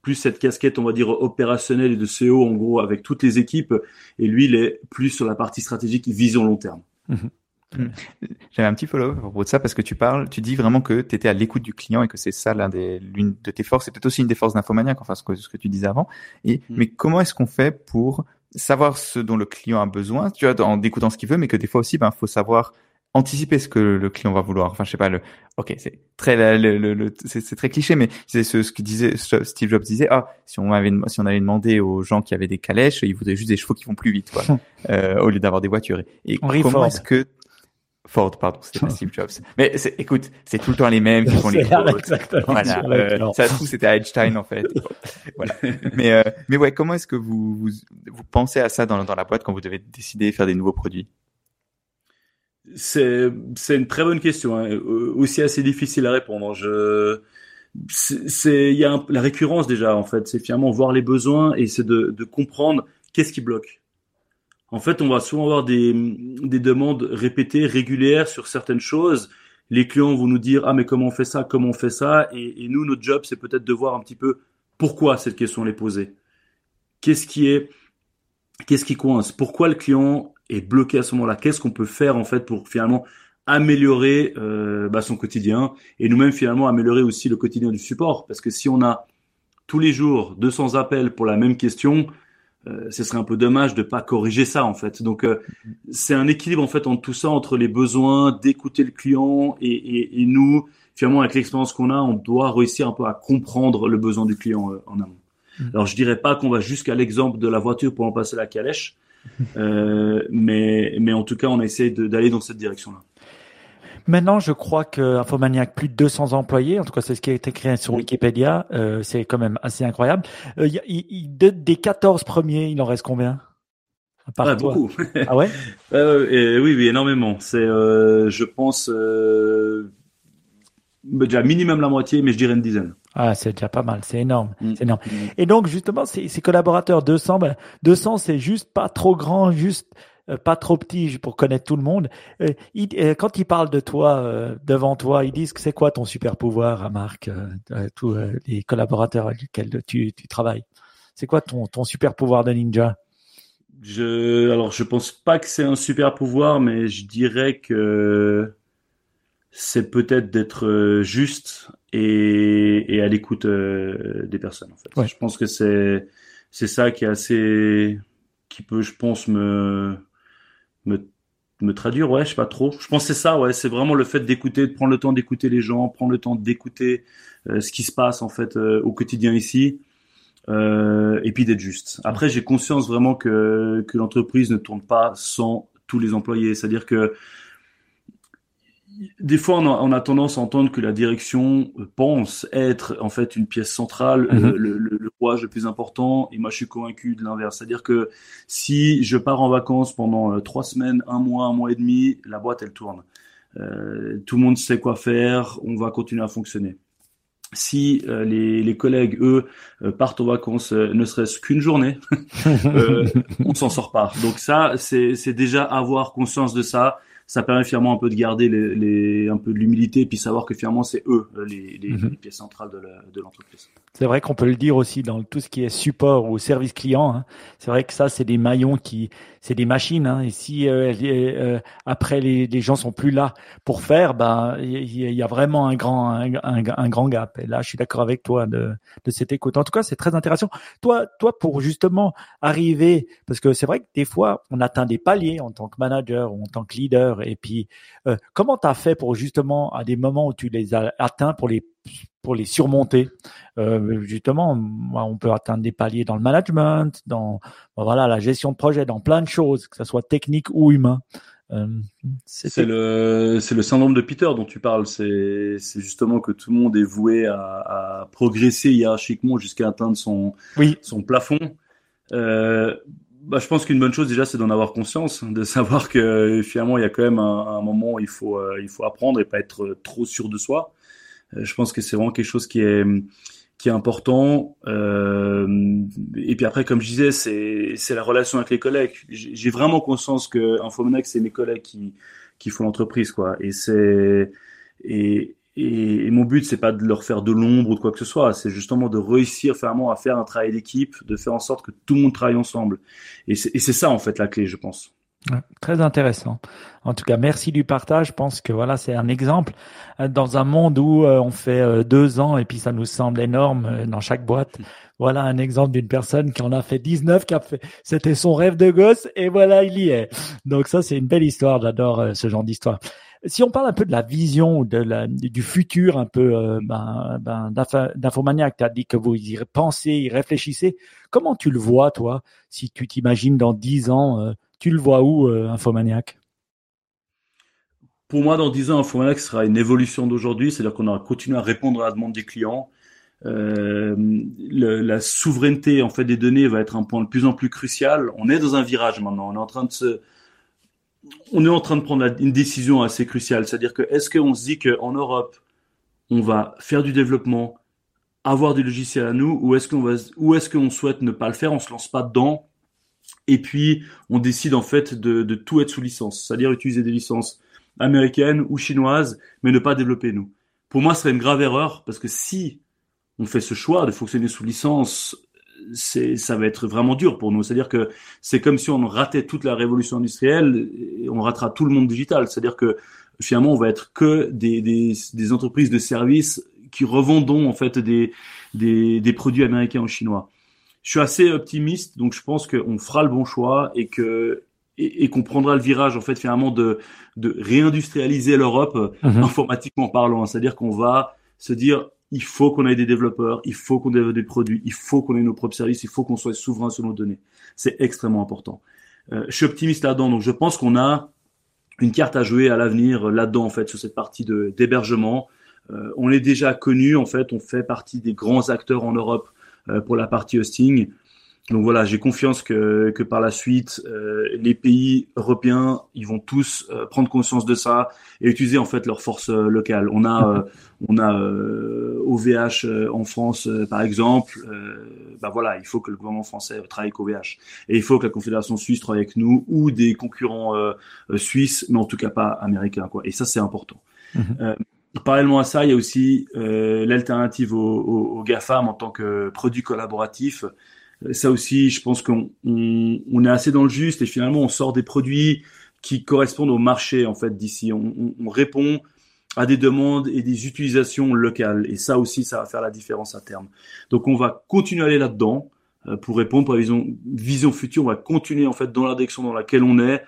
plus cette casquette, on va dire, opérationnelle et de C E O, en gros, avec toutes les équipes. Et lui, il est plus sur la partie stratégique, vision long terme. Mmh. J'avais un petit follow-up à propos de ça parce que tu parles, tu dis vraiment que tu étais à l'écoute du client et que c'est ça l'un des, l'une de tes forces. C'est peut-être aussi une des forces d'Infomaniac, enfin ce que, ce que tu disais avant. Et, mmh. mais comment est-ce qu'on fait pour savoir ce dont le client a besoin, tu vois, en écoutant ce qu'il veut, mais que des fois aussi, ben, faut savoir anticiper ce que le client va vouloir. Enfin, je sais pas, le, ok, c'est très, le, le, le c'est, c'est très cliché, mais c'est ce, ce que disait, Steve Jobs disait, ah, si on avait, si on avait demandé aux gens qui avaient des calèches, ils voudraient juste des chevaux qui vont plus vite, quoi, euh, au lieu d'avoir des voitures. Et Henry comment Ford. Est-ce que, Ford, pardon, c'était pas Steve Jobs. Mais c'est, écoute, c'est tout le temps les mêmes qui font les quotes. Exactement. Voilà. Euh, ça se trouve, c'était Einstein, en fait. Voilà. Mais, euh, mais ouais, comment est-ce que vous, vous, vous pensez à ça dans, dans la boîte quand vous devez décider de faire des nouveaux produits? C'est, c'est une très bonne question, hein. Aussi assez difficile à répondre. Je, c'est, c'est, il y a un, la récurrence déjà, en fait. C'est finalement voir les besoins et c'est de, de comprendre qu'est-ce qui bloque. En fait, on va souvent avoir des, des demandes répétées, régulières sur certaines choses. Les clients vont nous dire « Ah, mais comment on fait ça? Comment on fait ça ?» et, et nous, notre job, c'est peut-être de voir un petit peu pourquoi cette question est posée. Qu'est-ce qui est, qu'est-ce qui coince? Pourquoi le client est bloqué à ce moment-là? Qu'est-ce qu'on peut faire, en fait, pour finalement améliorer euh, bah, son quotidien et nous-mêmes, finalement, améliorer aussi le quotidien du support? Parce que si on a tous les jours deux cents appels pour la même question, Euh, ce serait un peu dommage de pas corriger ça en fait. Donc euh, c'est un équilibre en fait entre tout ça, entre les besoins d'écouter le client et, et, et nous finalement avec l'expérience qu'on a, on doit réussir un peu à comprendre le besoin du client euh, en amont. Mmh. Alors je dirais pas qu'on va jusqu'à l'exemple de la voiture pour en passer la calèche, euh, mais mais en tout cas on essaie de, d'aller dans cette direction-là. Maintenant, je crois que Infomaniac, plus de deux cents employés, en tout cas c'est ce qui est écrit sur Wikipédia, euh, c'est quand même assez incroyable. Euh, y, y, de, des quatorze premiers, il en reste combien? Ah, beaucoup. Ah ouais euh, et, Oui, oui, énormément. C'est, euh, je pense, euh, déjà minimum la moitié, mais je dirais une dizaine. Ah, c'est déjà pas mal, c'est énorme, mmh. c'est énorme. Mmh. Et donc justement, ces, ces collaborateurs deux cents, ben, deux cents, c'est juste pas trop grand, juste euh, pas trop petit pour connaître tout le monde. Euh, il, euh, quand ils parlent de toi euh, devant toi, ils disent que c'est quoi ton super pouvoir, Marc, euh, tous euh, les collaborateurs avec lesquels tu, tu travailles. C'est quoi ton, ton super pouvoir de ninja? Je, alors je pense pas que c'est un super pouvoir, mais je dirais que c'est peut-être d'être juste et, et à l'écoute euh, des personnes en fait. Ouais. Je pense que c'est c'est ça qui est assez, qui peut, je pense, me me me traduire. Ouais, je sais pas trop. Je pense que c'est ça. Ouais, c'est vraiment le fait d'écouter, de prendre le temps d'écouter les gens, prendre le temps d'écouter euh, ce qui se passe en fait euh, au quotidien ici. Euh, et puis d'être juste. Après, j'ai conscience vraiment que que l'entreprise ne tourne pas sans tous les employés. C'est-à-dire que des fois, on a, on a tendance à entendre que la direction pense être en fait une pièce centrale, mm-hmm. le, le, le, le rouage le plus important. Et moi, je suis convaincu de l'inverse. C'est-à-dire que si je pars en vacances pendant euh, trois semaines, un mois, un mois et demi, la boîte elle tourne. Euh, tout le monde sait quoi faire. On va continuer à fonctionner. Si euh, les, les collègues, eux, euh, partent en vacances, euh, ne serait-ce qu'une journée, euh, on s'en sort pas. Donc ça, c'est, c'est déjà avoir conscience de ça. Ça permet finalement un peu de garder les, les, un peu de l'humilité et puis savoir que finalement, c'est eux les, les, mm-hmm. les pièces centrales de, la, de l'entreprise. C'est vrai qu'on peut le dire aussi dans tout ce qui est support ou service client. Hein. C'est vrai que ça, c'est des maillons qui, c'est des machines. Hein. Et si euh, euh, après les, les gens sont plus là pour faire, ben il y, y a vraiment un grand, un, un, un grand gap. Et là, je suis d'accord avec toi de, de cette écoute. En tout cas, c'est très intéressant. Toi, toi, pour justement arriver, parce que c'est vrai que des fois, on atteint des paliers en tant que manager ou en tant que leader. Et puis, euh, comment t'as fait pour justement à des moments où tu les as atteints pour les pour les surmonter. Euh, justement, on peut atteindre des paliers dans le management, dans voilà la gestion de projet, dans plein de choses, que ce soit technique ou humain. Euh, c'est le c'est le syndrome de Peter dont tu parles. C'est c'est justement que tout le monde est voué à, à progresser hiérarchiquement jusqu'à atteindre son oui. son plafond. Euh, bah, je pense qu'une bonne chose déjà, c'est d'en avoir conscience, de savoir que finalement il y a quand même un, un moment où il faut euh, il faut apprendre et pas être trop sûr de soi. Je pense que c'est vraiment quelque chose qui est qui est important. Euh, et puis après, comme je disais, c'est c'est la relation avec les collègues. J'ai vraiment conscience que Infomaniac, c'est mes collègues qui qui font l'entreprise, quoi. Et c'est et et, et mon but, c'est pas de leur faire de l'ombre ou de quoi que ce soit. C'est justement de réussir vraiment à faire un travail d'équipe, de faire en sorte que tout le monde travaille ensemble. Et c'est, et c'est ça, en fait, la clé, je pense. Ouais, très intéressant. En tout cas, merci du partage. Je pense que voilà, c'est un exemple euh, dans un monde où euh, on fait euh, deux ans et puis ça nous semble énorme euh, dans chaque boîte. Voilà un exemple d'une personne qui en a fait dix-neuf, qui a fait, c'était son rêve de gosse et voilà, il y est. Donc ça, c'est une belle histoire. J'adore euh, ce genre d'histoire. Si on parle un peu de la vision ou de la, du futur, un peu euh, ben, ben, d'Infomaniac, tu as dit que vous y pensez, y réfléchissez. Comment tu le vois, toi, si tu t'imagines dans dix ans euh, tu le vois où, euh, Infomaniac? Pour moi, dans dix ans, Infomaniac sera une évolution d'aujourd'hui, c'est-à-dire qu'on aura continué à répondre à la demande des clients. Euh, le, la souveraineté en fait des données va être un point de plus en plus crucial. On est dans un virage maintenant. On est en train de se, on est en train de prendre une décision assez cruciale. C'est-à-dire que est-ce qu'on se dit qu'en Europe, on va faire du développement, avoir du logiciel à nous, ou est-ce qu'on va, ou est-ce qu'on souhaite ne pas le faire, on se lance pas dedans, et puis on décide en fait de, de tout être sous licence, c'est-à-dire utiliser des licences américaines ou chinoises, mais ne pas développer nous. Pour moi, ce serait une grave erreur parce que si on fait ce choix de fonctionner sous licence, c'est, ça va être vraiment dur pour nous. C'est-à-dire que c'est comme si on ratait toute la révolution industrielle et on ratera tout le monde digital. C'est-à-dire que finalement, on va être que des, des, des entreprises de services qui revendront en fait des, des, des produits américains ou chinois. Je suis assez optimiste, donc je pense qu'on fera le bon choix et que et, et qu'on prendra le virage en fait finalement de de réindustrialiser l'Europe Mhm. informatiquement parlant. C'est-à-dire qu'on va se dire il faut qu'on ait des développeurs, il faut qu'on développe des produits, il faut qu'on ait nos propres services, il faut qu'on soit souverain sur nos données. C'est extrêmement important. Euh, je suis optimiste là-dedans, donc je pense qu'on a une carte à jouer à l'avenir là-dedans en fait sur cette partie de d'hébergement. Euh, on est déjà connu en fait, on fait partie des grands acteurs en Europe euh, pour la partie hosting. Donc voilà, j'ai confiance que que par la suite, euh, les pays européens, ils vont tous euh, prendre conscience de ça et utiliser en fait leur force euh, locale. On a euh, on a euh, O V H euh, en France euh, par exemple. Euh, bah voilà, il faut que le gouvernement français travaille avec O V H et il faut que la Confédération suisse travaille avec nous ou des concurrents euh, euh, suisses, mais en tout cas pas américains quoi. Et ça c'est important. Mhm. Euh, Parallèlement à ça, il y a aussi euh, l'alternative au, au, au GAFAM en tant que produit collaboratif. Ça aussi, je pense qu'on on, on est assez dans le juste et finalement, on sort des produits qui correspondent au marché en fait d'ici. On, on, on répond à des demandes et des utilisations locales et ça aussi, ça va faire la différence à terme. Donc, on va continuer à aller là-dedans euh, pour répondre pour la vision, vision future. On va continuer en fait dans la direction dans laquelle on est.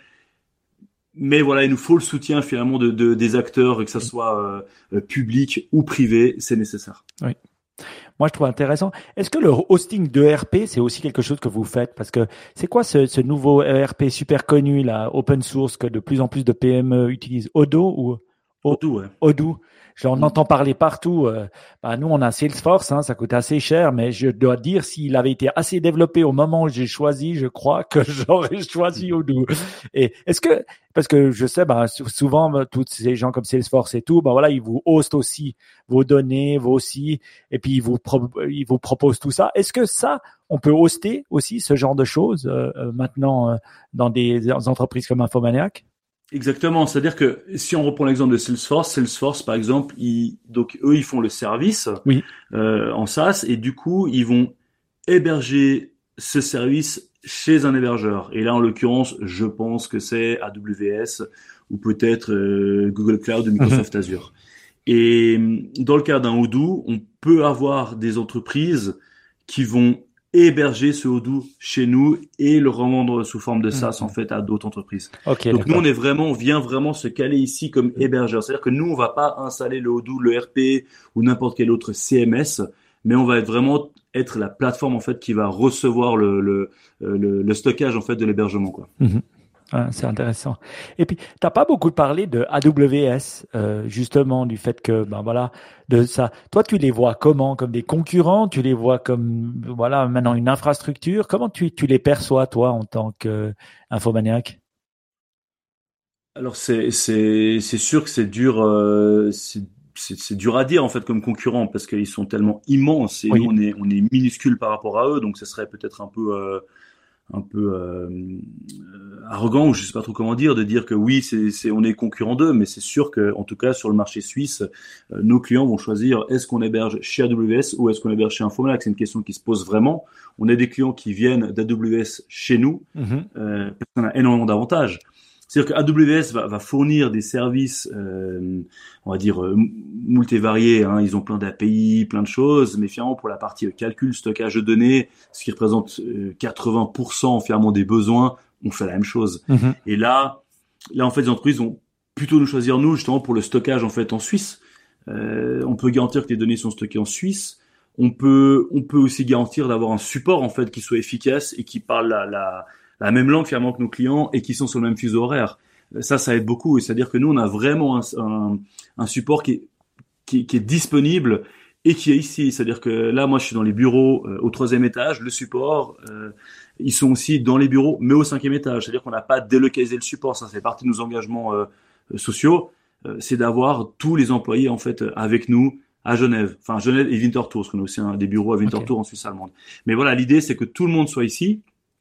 Mais voilà, il nous faut le soutien finalement de, de des acteurs, que ça soit euh, public ou privé, c'est nécessaire. Oui. Moi, je trouve intéressant. Est-ce que le hosting d'E R P, c'est aussi quelque chose que vous faites? Parce que c'est quoi ce, ce nouveau E R P super connu, là, open source, que de plus en plus de P M E utilisent? Odoo ou Odoo, ouais. Odoo? J'en Mm. entends parler partout. Euh, bah, nous, on a Salesforce, hein, ça coûte assez cher, mais je dois dire, s'il avait été assez développé au moment où j'ai choisi, je crois que j'aurais choisi Odoo. Et est-ce que, parce que je sais, bah, souvent, bah, tous ces gens comme Salesforce et tout, bah voilà, ils vous hostent aussi vos données, vos aussi, et puis ils vous, pro- ils vous proposent tout ça. Est-ce que ça, on peut hoster aussi ce genre de choses euh, euh, maintenant euh, dans des, des entreprises comme Infomaniac? Exactement, c'est-à-dire que si on reprend l'exemple de Salesforce, Salesforce par exemple, ils, donc eux ils font le service Oui. euh, en SaaS et du coup ils vont héberger ce service chez un hébergeur. Et là en l'occurrence, je pense que c'est A W S ou peut-être euh, Google Cloud ou Microsoft Mhm. Azure. Et dans le cas d'un Odoo, on peut avoir des entreprises qui vont héberger ce Odoo chez nous et le revendre sous forme de SaaS en Mhm. fait à d'autres entreprises. Ok, Donc nous d'accord. on est vraiment, on vient vraiment se caler ici comme hébergeur. C'est-à-dire que nous on va pas installer le Odoo, le R P ou n'importe quel autre C M S, mais on va être vraiment être la plateforme en fait qui va recevoir le le, le, le stockage en fait de l'hébergement quoi. Mhm. Ah, c'est intéressant. Et puis, t'as pas beaucoup parlé de A W S, euh, justement, du fait que, ben voilà, de ça. Toi, tu les vois comment? Comme des concurrents? Tu les vois comme, voilà, maintenant une infrastructure? Comment tu, tu les perçois, toi, en tant qu'infomaniac? Alors c'est c'est c'est sûr que c'est dur euh, c'est c'est c'est dur à dire en fait comme concurrent parce qu'ils sont tellement immenses et nous Oui. on est on est minuscule par rapport à eux donc ce serait peut-être un peu euh, un peu euh, arrogant, ou je sais pas trop comment dire, de dire que oui, c'est, c'est on est concurrent d'eux, mais c'est sûr que en tout cas sur le marché suisse, euh, nos clients vont choisir est-ce qu'on héberge chez A W S ou est-ce qu'on héberge chez Infomaniac. C'est une question qui se pose vraiment. On a des clients qui viennent d'A W S chez nous, mm-hmm. euh, parce qu'on a énormément d'avantages. C'est-à-dire que A W S va, va fournir des services, euh, on va dire, euh, multivariés. Hein. Ils ont plein d'A P I, plein de choses, mais finalement, pour la partie calcul, stockage de données, ce qui représente euh, quatre-vingts pour cent finalement des besoins, on fait la même chose. Mm-hmm. Et là, là, en fait, les entreprises vont plutôt nous choisir, nous, justement, pour le stockage, en fait, en Suisse. Euh, on peut garantir que les données sont stockées en Suisse. On peut, on peut aussi garantir d'avoir un support, en fait, qui soit efficace et qui parle la, la la même langue finalement que nos clients et qui sont sur le même fuseau horaire. Ça, ça aide beaucoup. C'est-à-dire que nous, on a vraiment un, un, un support qui est, qui, qui est disponible et qui est ici. C'est-à-dire que là, moi, je suis dans les bureaux euh, au troisième étage. Le support, euh, ils sont aussi dans les bureaux, mais au cinquième étage. C'est-à-dire qu'on n'a pas délocalisé le support. Ça fait partie de nos engagements euh, sociaux. Euh, c'est d'avoir tous les employés en fait avec nous à Genève. Enfin, Genève et Winterthur, parce qu'on a aussi un, des bureaux à Winterthur okay. en Suisse allemande. Mais voilà, l'idée, c'est que tout le monde soit ici.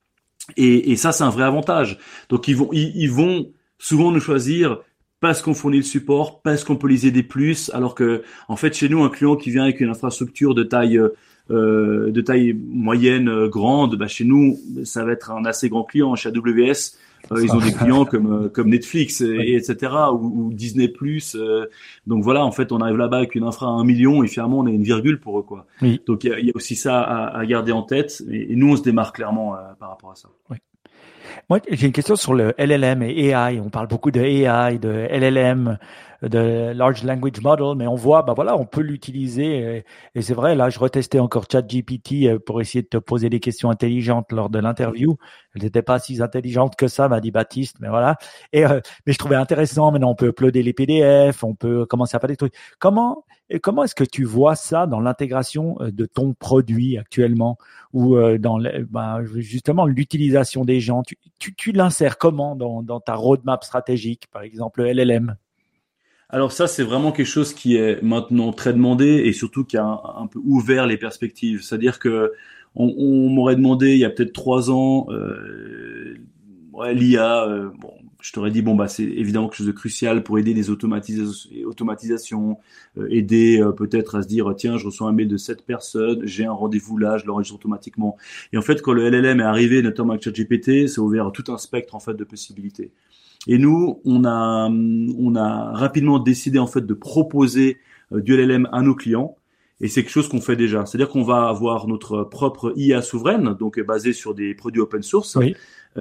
Et, et ça, c'est un vrai avantage. Donc, ils vont, ils, ils vont souvent nous choisir parce qu'on fournit le support, parce qu'on peut les aider plus. Alors que, en fait, chez nous, un client qui vient avec une infrastructure de taille, euh, de taille moyenne, euh, grande, bah, chez nous, ça va être un assez grand client. Chez A W S, euh, ils ont des clients comme comme Netflix, et, et etc. ou, ou Disney plus. Euh, donc voilà, en fait, on arrive là-bas avec une infra à un million et finalement, on est une virgule pour eux, quoi. Oui. Donc il y a, y a aussi ça à, à garder en tête. Et, et nous, on se démarque clairement euh, par rapport à ça. Oui. Moi, j'ai une question sur le L L M et A I. On parle beaucoup de A I, de L L M, de Large Language Model, mais on voit, bah voilà, on peut l'utiliser. Et, et c'est vrai, là, je retestais encore ChatGPT pour essayer de te poser des questions intelligentes lors de l'interview. Elles n'étaient pas si intelligentes que ça, m'a dit Baptiste, mais voilà. Et euh, mais je trouvais intéressant. Maintenant, on peut uploader les P D F, on peut commencer à faire des trucs. Comment Et comment est-ce que tu vois ça dans l'intégration de ton produit actuellement ou euh, dans le, ben, justement l'utilisation des gens? Tu, tu, tu l'insères comment dans, dans ta roadmap stratégique, par exemple le L L M? Alors ça, c'est vraiment quelque chose qui est maintenant très demandé et surtout qui a un, un peu ouvert les perspectives. C'est-à-dire que on, on m'aurait demandé il y a peut-être trois ans, euh, ouais, l'I A, euh, bon, je t'aurais dit bon bah c'est évidemment quelque chose de crucial pour aider les automatis- automatisations, euh, aider euh, peut-être à se dire tiens je reçois un mail de cette personne, j'ai un rendez-vous là, je l'enregistre automatiquement. Et en fait quand le L L M est arrivé, notamment avec ChatGPT, ça a ouvert tout un spectre en fait de possibilités. Et nous on a on a rapidement décidé en fait de proposer euh, du L L M à nos clients. Et c'est quelque chose qu'on fait déjà. C'est-à-dire qu'on va avoir notre propre I A souveraine, donc basée sur des produits open source. Oui.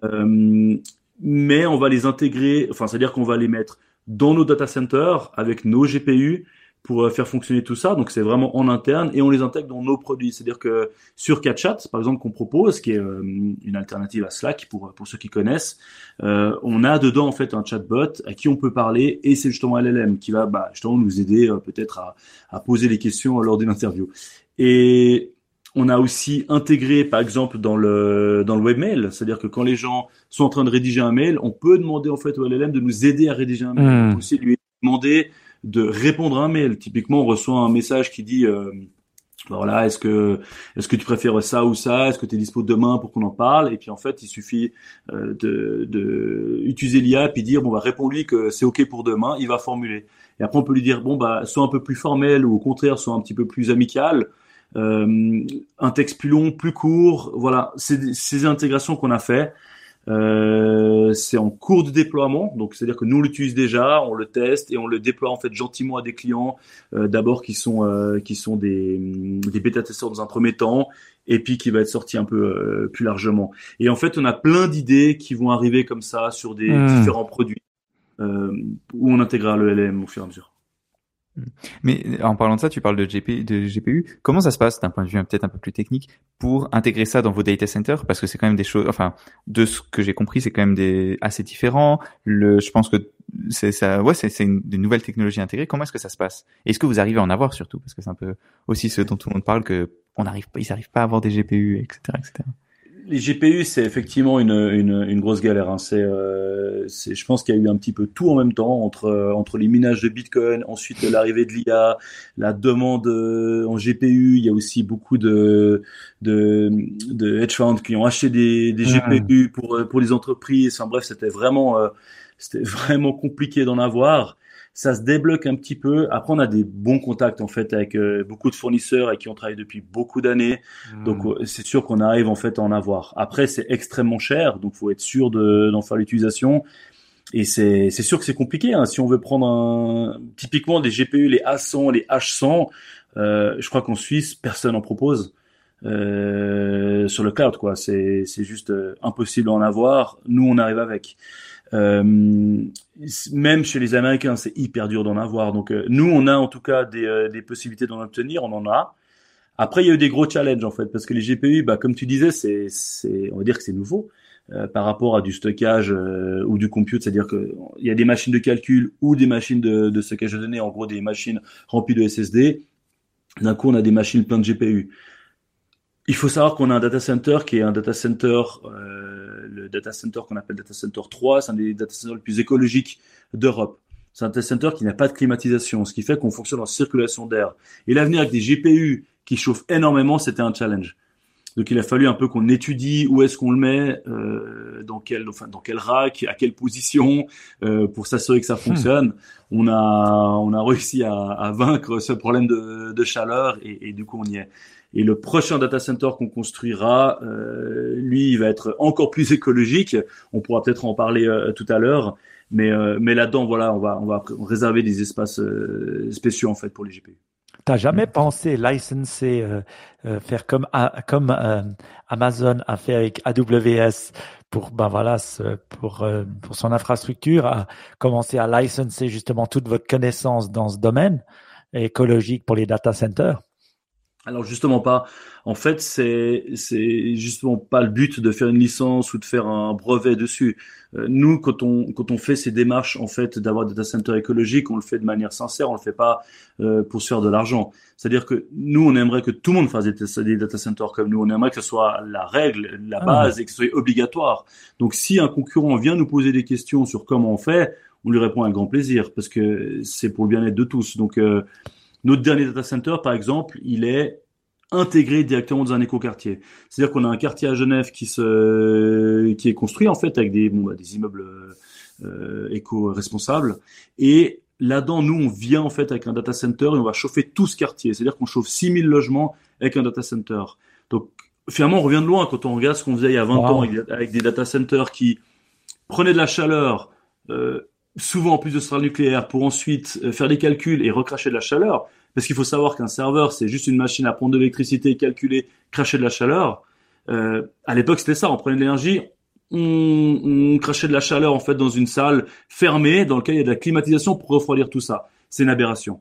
Euh, mais on va les intégrer, enfin, c'est-à-dire qu'on va les mettre dans nos data centers avec nos G P U pour faire fonctionner tout ça. Donc, c'est vraiment en interne et on les intègre dans nos produits. C'est-à-dire que sur CatChat, par exemple, qu'on propose, qui est euh, une alternative à Slack pour pour ceux qui connaissent, euh, on a dedans en fait un chatbot à qui on peut parler et c'est justement L L M qui va bah, justement nous aider euh, peut-être à, à poser les questions lors d'une interview. Et on a aussi intégré, par exemple, dans le dans le webmail, c'est-à-dire que quand les gens sont en train de rédiger un mail, on peut demander en fait au L L M de nous aider à rédiger un mail. Mmh. On peut aussi lui demander de répondre à un mail. Typiquement, on reçoit un message qui dit euh, voilà, est-ce que est-ce que tu préfères ça ou ça? Est-ce que tu es dispo demain pour qu'on en parle? Et puis en fait, il suffit euh, de, de utiliser l'I A puis dire bon bah réponds-lui que c'est ok pour demain. Il va formuler. Et après, on peut lui dire bon bah soit un peu plus formel ou au contraire soit un petit peu plus amical. Euh, un texte plus long, plus court, voilà, c'est ces intégrations qu'on a fait. Euh, c'est en cours de déploiement, donc c'est-à-dire que nous on l'utilise déjà, on le teste et on le déploie en fait gentiment à des clients, euh, d'abord qui sont euh, qui sont des des bêta-testeurs dans un premier temps, et puis qui va être sorti un peu euh, plus largement. Et en fait, on a plein d'idées qui vont arriver comme ça sur des mmh. différents produits euh, où on intégrera le L L M au fur et à mesure. Mais en parlant de ça, tu parles de G P, de G P U. Comment ça se passe d'un point de vue peut-être un peu plus technique pour intégrer ça dans vos data centers? Parce que c'est quand même des choses, enfin, de ce que j'ai compris, c'est quand même des assez différents. Le, je pense que c'est ça, ouais, c'est, c'est une, une nouvelle technologie intégrée. Comment est-ce que ça se passe? Est-ce que vous arrivez à en avoir surtout? Parce que c'est un peu aussi ce dont tout le monde parle, que on arrive pas, ils n'arrivent pas à avoir des G P U, et cetera, et cetera. Les G P U, c'est effectivement une, une, une grosse galère. Hein. C'est, euh, c'est, je pense qu'il y a eu un petit peu tout en même temps entre entre les minages de Bitcoin, ensuite l'arrivée de l'I A, la demande en G P U. Il y a aussi beaucoup de de, de hedge funds qui ont acheté des, des G P U pour pour les entreprises. Enfin bref, c'était vraiment euh, c'était vraiment compliqué d'en avoir. Ça se débloque un petit peu. Après, on a des bons contacts en fait avec euh, beaucoup de fournisseurs avec qui on travaille depuis beaucoup d'années. Mmh. Donc, euh, c'est sûr qu'on arrive en fait à en avoir. Après, c'est extrêmement cher, donc faut être sûr de, d'en faire l'utilisation. Et c'est, c'est sûr que c'est compliqué. Hein. Si on veut prendre un, typiquement des G P U, les A cent, les H cent, euh, je crois qu'en Suisse, personne n'en propose. Euh, sur le cloud, quoi. C'est, c'est juste euh, impossible d'en avoir. Nous, on arrive avec. Euh, même chez les Américains, c'est hyper dur d'en avoir. Donc, euh, nous, on a en tout cas des, euh, des possibilités d'en obtenir. On en a. Après, il y a eu des gros challenges en fait, parce que les G P U, bah, comme tu disais, c'est, c'est, on va dire que c'est nouveau euh, par rapport à du stockage euh, ou du compute. C'est-à-dire que il y a des machines de calcul ou des machines de, de stockage de données. En gros, des machines remplies de S S D. D'un coup, on a des machines pleines de G P U. Il faut savoir qu'on a un data center qui est un data center, euh, le data center qu'on appelle data center trois, c'est un des data centers les plus écologiques d'Europe. C'est un data center qui n'a pas de climatisation, ce qui fait qu'on fonctionne en circulation d'air. Et l'avenir avec des G P U qui chauffent énormément, c'était un challenge. Donc il a fallu un peu qu'on étudie où est-ce qu'on le met, euh, dans quel, enfin dans quel rack, à quelle position, euh, pour s'assurer que ça fonctionne. Hmm. On a, on a réussi à, à vaincre ce problème de, de chaleur et, et du coup on y est. Et le prochain data center qu'on construira, euh, lui, il va être encore plus écologique. On pourra peut-être en parler euh, tout à l'heure, mais euh, mais là-dedans, voilà, on va on va réserver des espaces euh, spéciaux en fait pour les G P U. T'as jamais pensé licenser, euh, euh, faire comme comme euh, Amazon a fait avec A W S pour ben voilà ce, pour euh, pour son infrastructure, à commencer à licenser justement toute votre connaissance dans ce domaine écologique pour les data centers? Alors justement pas. En fait, c'est c'est justement pas le but de faire une licence ou de faire un brevet dessus. Euh, nous, quand on quand on fait ces démarches en fait d'avoir des data centers écologiques, on le fait de manière sincère. On le fait pas euh, pour se faire de l'argent. C'est-à-dire que nous, on aimerait que tout le monde fasse des, des data centers comme nous. On aimerait que ce soit la règle, la base, ah. et que ce soit obligatoire. Donc, si un concurrent vient nous poser des questions sur comment on fait, on lui répond avec grand plaisir parce que c'est pour le bien-être de tous. Donc euh, notre dernier data center, par exemple, il est intégré directement dans un écoquartier. C'est-à-dire qu'on a un quartier à Genève qui se, qui est construit en fait avec des, bon, bah, des immeubles euh, éco-responsables. Et là-dedans, nous, on vient en fait avec un data center et on va chauffer tout ce quartier. C'est-à-dire qu'on chauffe six mille logements avec un data center. Donc, finalement, on revient de loin quand on regarde ce qu'on faisait il y a vingt wow. ans avec, avec des data centers qui prenaient de la chaleur, euh, souvent en plus de centrales nucléaires, pour ensuite euh, faire des calculs et recracher de la chaleur. Parce qu'il faut savoir qu'un serveur, c'est juste une machine à prendre de l'électricité, calculer, cracher de la chaleur. Euh, à l'époque, c'était ça. On prenait de l'énergie, on, on crachait de la chaleur en fait dans une salle fermée dans laquelle il y a de la climatisation pour refroidir tout ça. C'est une aberration.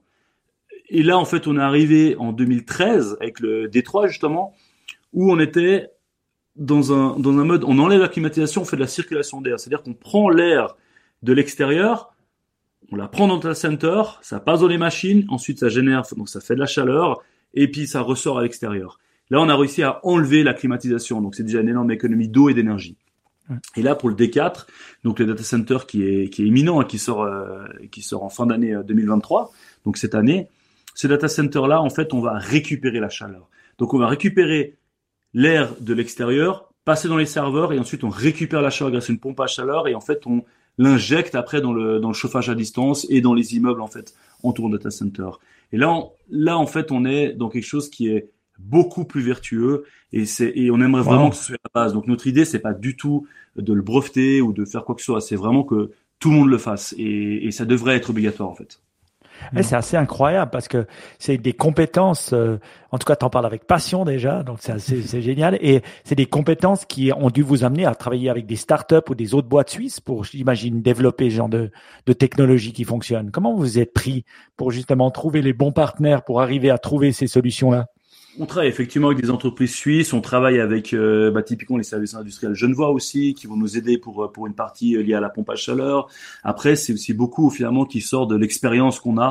Et là, en fait, on est arrivé en deux mille treize avec le D trois justement, où on était dans un dans un mode, on enlève la climatisation, on fait de la circulation d'air. C'est-à-dire qu'on prend l'air de l'extérieur. On la prend dans le data center, ça passe dans les machines, ensuite ça génère, donc ça fait de la chaleur, et puis ça ressort à l'extérieur. Là, on a réussi à enlever la climatisation, donc c'est déjà une énorme économie d'eau et d'énergie. Ouais. Et là, pour le D quatre, donc le data center qui est qui est imminent, hein, qui sort euh, qui sort en fin d'année deux mille vingt-trois, donc cette année, ce data center là, en fait, on va récupérer la chaleur. Donc on va récupérer l'air de l'extérieur, passer dans les serveurs, et ensuite on récupère la chaleur grâce à une pompe à chaleur, et en fait on l'injecte après dans le dans le chauffage à distance et dans les immeubles en fait autour du data center. Et là on, là en fait on est dans quelque chose qui est beaucoup plus vertueux et c'est et on aimerait vraiment wow. que ce soit la base. Donc notre idée c'est pas du tout de le breveter ou de faire quoi que ce soit, c'est vraiment que tout le monde le fasse et, et ça devrait être obligatoire en fait. Et c'est assez incroyable parce que c'est des compétences, euh, en tout cas t'en parles avec passion déjà, donc c'est assez, c'est génial. Et c'est des compétences qui ont dû vous amener à travailler avec des startups ou des autres boîtes suisses pour, j'imagine, développer ce genre de, de technologie qui fonctionne. Comment vous vous êtes pris pour justement trouver les bons partenaires pour arriver à trouver ces solutions-là? On travaille effectivement avec des entreprises suisses, on travaille avec euh, bah, typiquement les services industriels genevois aussi, qui vont nous aider pour pour une partie liée à la pompe à chaleur. Après, c'est aussi beaucoup finalement qui sort de l'expérience qu'on a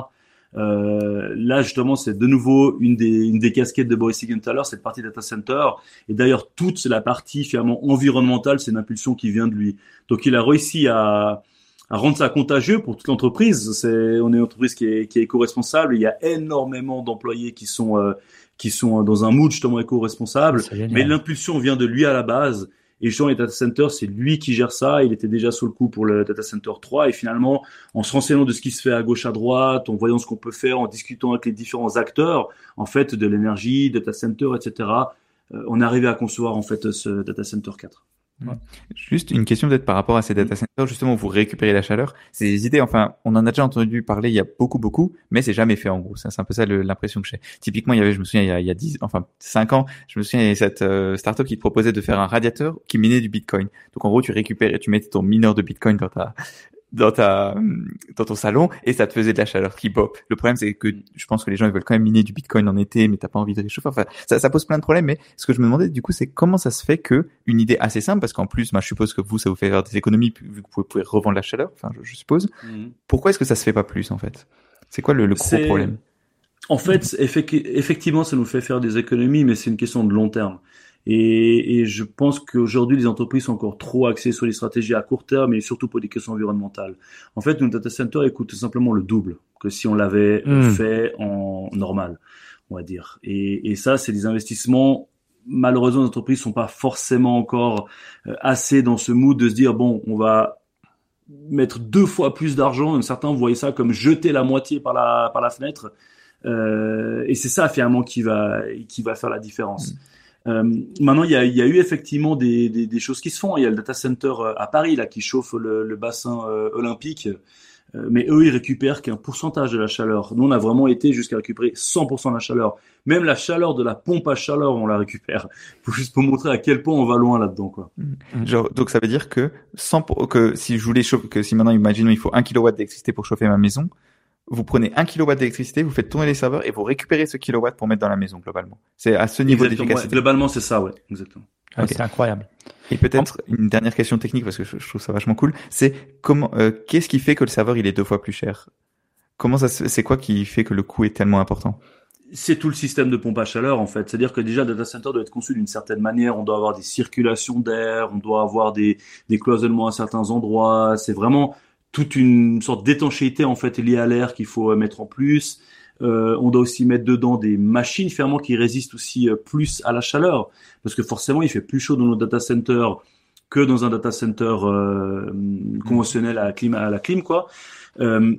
Euh, là, justement, c'est de nouveau une des, une des casquettes de Boris Siegenthaler, cette partie data center. Et d'ailleurs, toute la partie finalement environnementale, c'est une impulsion qui vient de lui. Donc, il a réussi à, à rendre ça contagieux pour toute l'entreprise. C'est, on est une entreprise qui est, qui est éco-responsable. Il y a énormément d'employés qui sont, euh, qui sont dans un mood justement éco-responsable. Mais l'impulsion vient de lui à la base. Et justement, les data centers, c'est lui qui gère ça. Il était déjà sous le coup pour le data center trois. Et finalement, en se renseignant de ce qui se fait à gauche, à droite, en voyant ce qu'on peut faire, en discutant avec les différents acteurs, en fait, de l'énergie, data center, et cetera, euh, on est arrivé à concevoir, en fait, ce data center quatre. Ouais. Juste une question peut-être par rapport à ces data centers, justement, où vous récupérez la chaleur. C'est des idées, enfin, on en a déjà entendu parler il y a beaucoup, beaucoup, mais c'est jamais fait en gros. C'est un peu ça le, l'impression que j'ai. Typiquement, il y avait, je me souviens, il y a, il y a dix, enfin, cinq ans, je me souviens, il y avait cette euh, startup qui te proposait de faire un radiateur qui minait du Bitcoin. Donc en gros, tu récupérais, tu mettais ton mineur de Bitcoin dans ta, dans ta, dans ton salon et ça te faisait de la chaleur qui pop. Le problème, c'est que je pense que les gens, ils veulent quand même miner du Bitcoin en été, mais t'as pas envie de réchauffer. Enfin, ça, ça pose plein de problèmes, mais ce que je me demandais, du coup, c'est comment ça se fait que une idée assez simple, parce qu'en plus, moi, je suppose que vous, ça vous fait faire des économies, vu que vous pouvez revendre la chaleur, enfin, je, je suppose. Mmh. Pourquoi est-ce que ça se fait pas plus, en fait? C'est quoi le, le gros c'est... problème? En fait, effectivement, ça nous fait faire des économies, mais c'est une question de long terme. Et, et je pense qu'aujourd'hui, les entreprises sont encore trop axées sur les stratégies à court terme et surtout pour des questions environnementales. En fait, notre data center coûte tout simplement le double que si on l'avait mmh. fait en normal, on va dire. Et, et ça, c'est des investissements. Malheureusement, les entreprises sont pas forcément encore assez dans ce mood de se dire, bon, on va mettre deux fois plus d'argent. Certains voyaient ça comme jeter la moitié par la, par la fenêtre. Euh, et c'est ça, finalement, qui va, qui va faire la différence. Mmh. Euh, maintenant, il y a, il y a eu effectivement des, des, des choses qui se font. Il y a le data center à Paris là qui chauffe le, le bassin euh, olympique, euh, mais eux ils récupèrent qu'un pourcentage de la chaleur. Nous, on a vraiment été jusqu'à récupérer cent pour cent de la chaleur. Même la chaleur de la pompe à chaleur, on la récupère. Pour juste pour montrer à quel point on va loin là-dedans, quoi. Genre, donc ça veut dire que cent pour, que si je voulais chauffer, que si maintenant imaginons il faut un kilowatt d'électricité pour chauffer ma maison. Vous prenez un kilowatt d'électricité, vous faites tourner les serveurs et vous récupérez ce kilowatt pour mettre dans la maison globalement. C'est à ce niveau exactement, d'efficacité. Ouais, globalement, c'est ça, ouais, exactement. Okay. C'est incroyable. Et peut-être une dernière question technique parce que je, je trouve ça vachement cool. C'est comment, euh, qu'est-ce qui fait que le serveur il est deux fois plus cher? Comment ça, c'est quoi qui fait que le coût est tellement important? C'est tout le système de pompe à chaleur en fait. C'est-à-dire que déjà le data center doit être conçu d'une certaine manière. On doit avoir des circulations d'air, on doit avoir des, des cloisonnements à certains endroits. C'est vraiment toute une sorte d'étanchéité en fait liée à l'air qu'il faut mettre en plus. Euh, on doit aussi mettre dedans des machines finalement qui résistent aussi plus à la chaleur, parce que forcément il fait plus chaud dans nos data centers que dans un data center euh, conventionnel à la clim, à la clim quoi. Euh,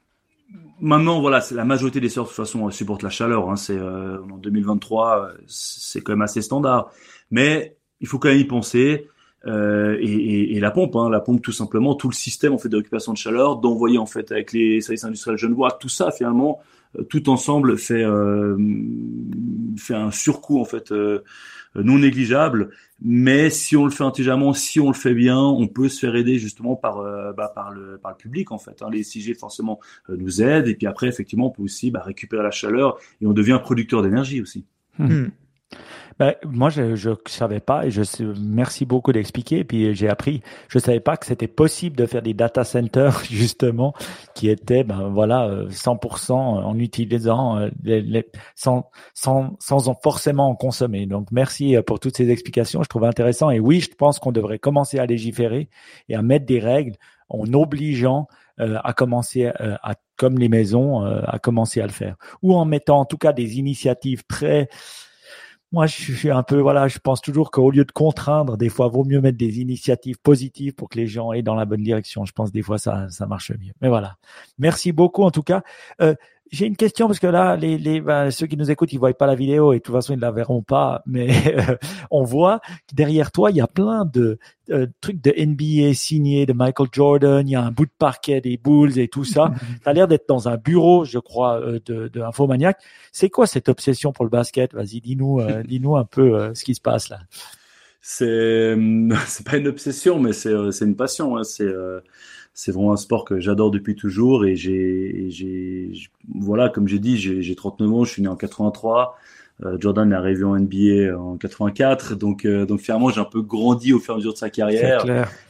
maintenant voilà, c'est la majorité des serveurs de toute façon supportent la chaleur. Hein, c'est euh, en deux mille vingt-trois, c'est quand même assez standard, mais il faut quand même y penser. Euh, et, et, et la pompe, hein, la pompe tout simplement, tout le système en fait de récupération de chaleur, d'envoyer en fait avec les services industriels genevois, tout ça finalement, euh, tout ensemble fait euh, fait un surcoût en fait euh, non négligeable. Mais si on le fait intelligemment, si on le fait bien, on peut se faire aider justement par euh, bah, par le par le public en fait. Hein. Les S I G forcément euh, nous aident et puis après effectivement on peut aussi bah, récupérer la chaleur et on devient un producteur d'énergie aussi. Mmh. Ben, moi, je je savais pas et je merci beaucoup d'expliquer. Et puis j'ai appris, je savais pas que c'était possible de faire des data centers justement qui étaient, ben voilà, cent pour cent en utilisant les, les sans sans sans en forcément en consommer. Donc merci pour toutes ces explications. Je trouve intéressant et oui, je pense qu'on devrait commencer à légiférer et à mettre des règles en obligeant euh, à commencer euh, à comme les maisons euh, à commencer à le faire ou en mettant en tout cas des initiatives très Moi, je suis un peu, voilà, je pense toujours qu'au lieu de contraindre, des fois, vaut mieux mettre des initiatives positives pour que les gens aient dans la bonne direction. Je pense des fois, ça, ça marche mieux. Mais voilà. Merci beaucoup, en tout cas. Euh, j'ai une question parce que là, les, les, ben, ceux qui nous écoutent, ils voient pas la vidéo et de toute façon, ils la verront pas. Mais euh, on voit que derrière toi, il y a plein de euh, trucs de N B A signés de Michael Jordan. Il y a un bout de parquet des Bulls et tout ça. Ça a l'air d'être dans un bureau, je crois, euh, de, de Infomaniac. C'est quoi cette obsession pour le basket? Vas-y, dis-nous, euh, dis-nous un peu euh, ce qui se passe là. C'est, c'est pas une obsession, mais c'est, c'est une passion. Hein. C'est euh... C'est vraiment un sport que j'adore depuis toujours et j'ai, j'ai, voilà, comme j'ai dit, j'ai, j'ai trente-neuf ans, je suis né en quatre-vingt-trois. Euh, Jordan est arrivé en N B A en quatre-vingt-quatre, donc, euh, donc finalement j'ai un peu grandi au fur et à mesure de sa carrière. C'est clair.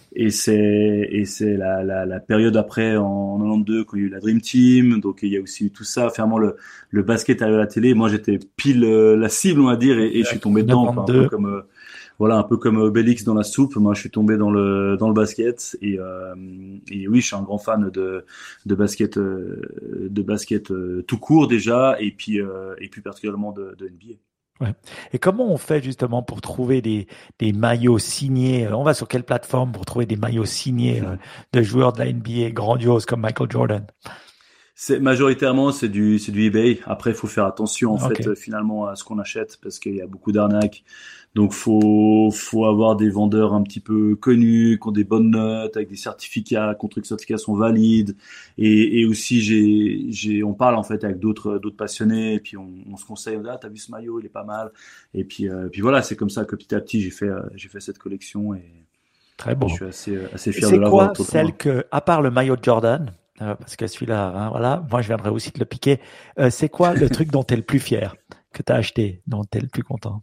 Et c'est et c'est la, la la période après en quatre-vingt-douze quand il y a eu la Dream Team, donc il y a aussi eu tout ça. Finalement le le basket à la télé, moi j'étais pile euh, la cible on va dire et, et je suis tombé dedans quoi, un peu comme euh, voilà un peu comme Obélix dans la soupe. Moi je suis tombé dans le dans le basket et euh, et oui je suis un grand fan de de basket euh, de basket euh, tout court déjà et puis euh, et plus particulièrement de, de N B A. Ouais. Et comment on fait justement pour trouver des, des maillots signés? On va sur quelle plateforme pour trouver des maillots signés euh, de joueurs de la N B A grandioses comme Michael Jordan? C'est majoritairement c'est du c'est du eBay. Après, il faut faire attention en Okay. fait finalement à ce qu'on achète parce qu'il y a beaucoup d'arnaques. Donc faut faut avoir des vendeurs un petit peu connus, qui ont des bonnes notes, avec des certificats, contre que les certificats sont valides. Et, et aussi j'ai j'ai on parle en fait avec d'autres d'autres passionnés et puis on, on se conseille. Ah t'as vu ce maillot, il est pas mal. Et puis euh, puis voilà, c'est comme ça que petit à petit j'ai fait euh, j'ai fait cette collection et, Très et beau. je suis assez assez Et fier de c'est l'avoir. quoi celle que, à part le maillot de Jordan, euh, parce que celui-là, hein, voilà, moi je viendrai aussi te le piquer, euh, c'est quoi le truc dont tu es le plus fier, que tu as acheté, dont tu es le plus content?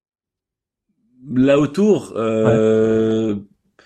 Là autour. Ouais. Euh,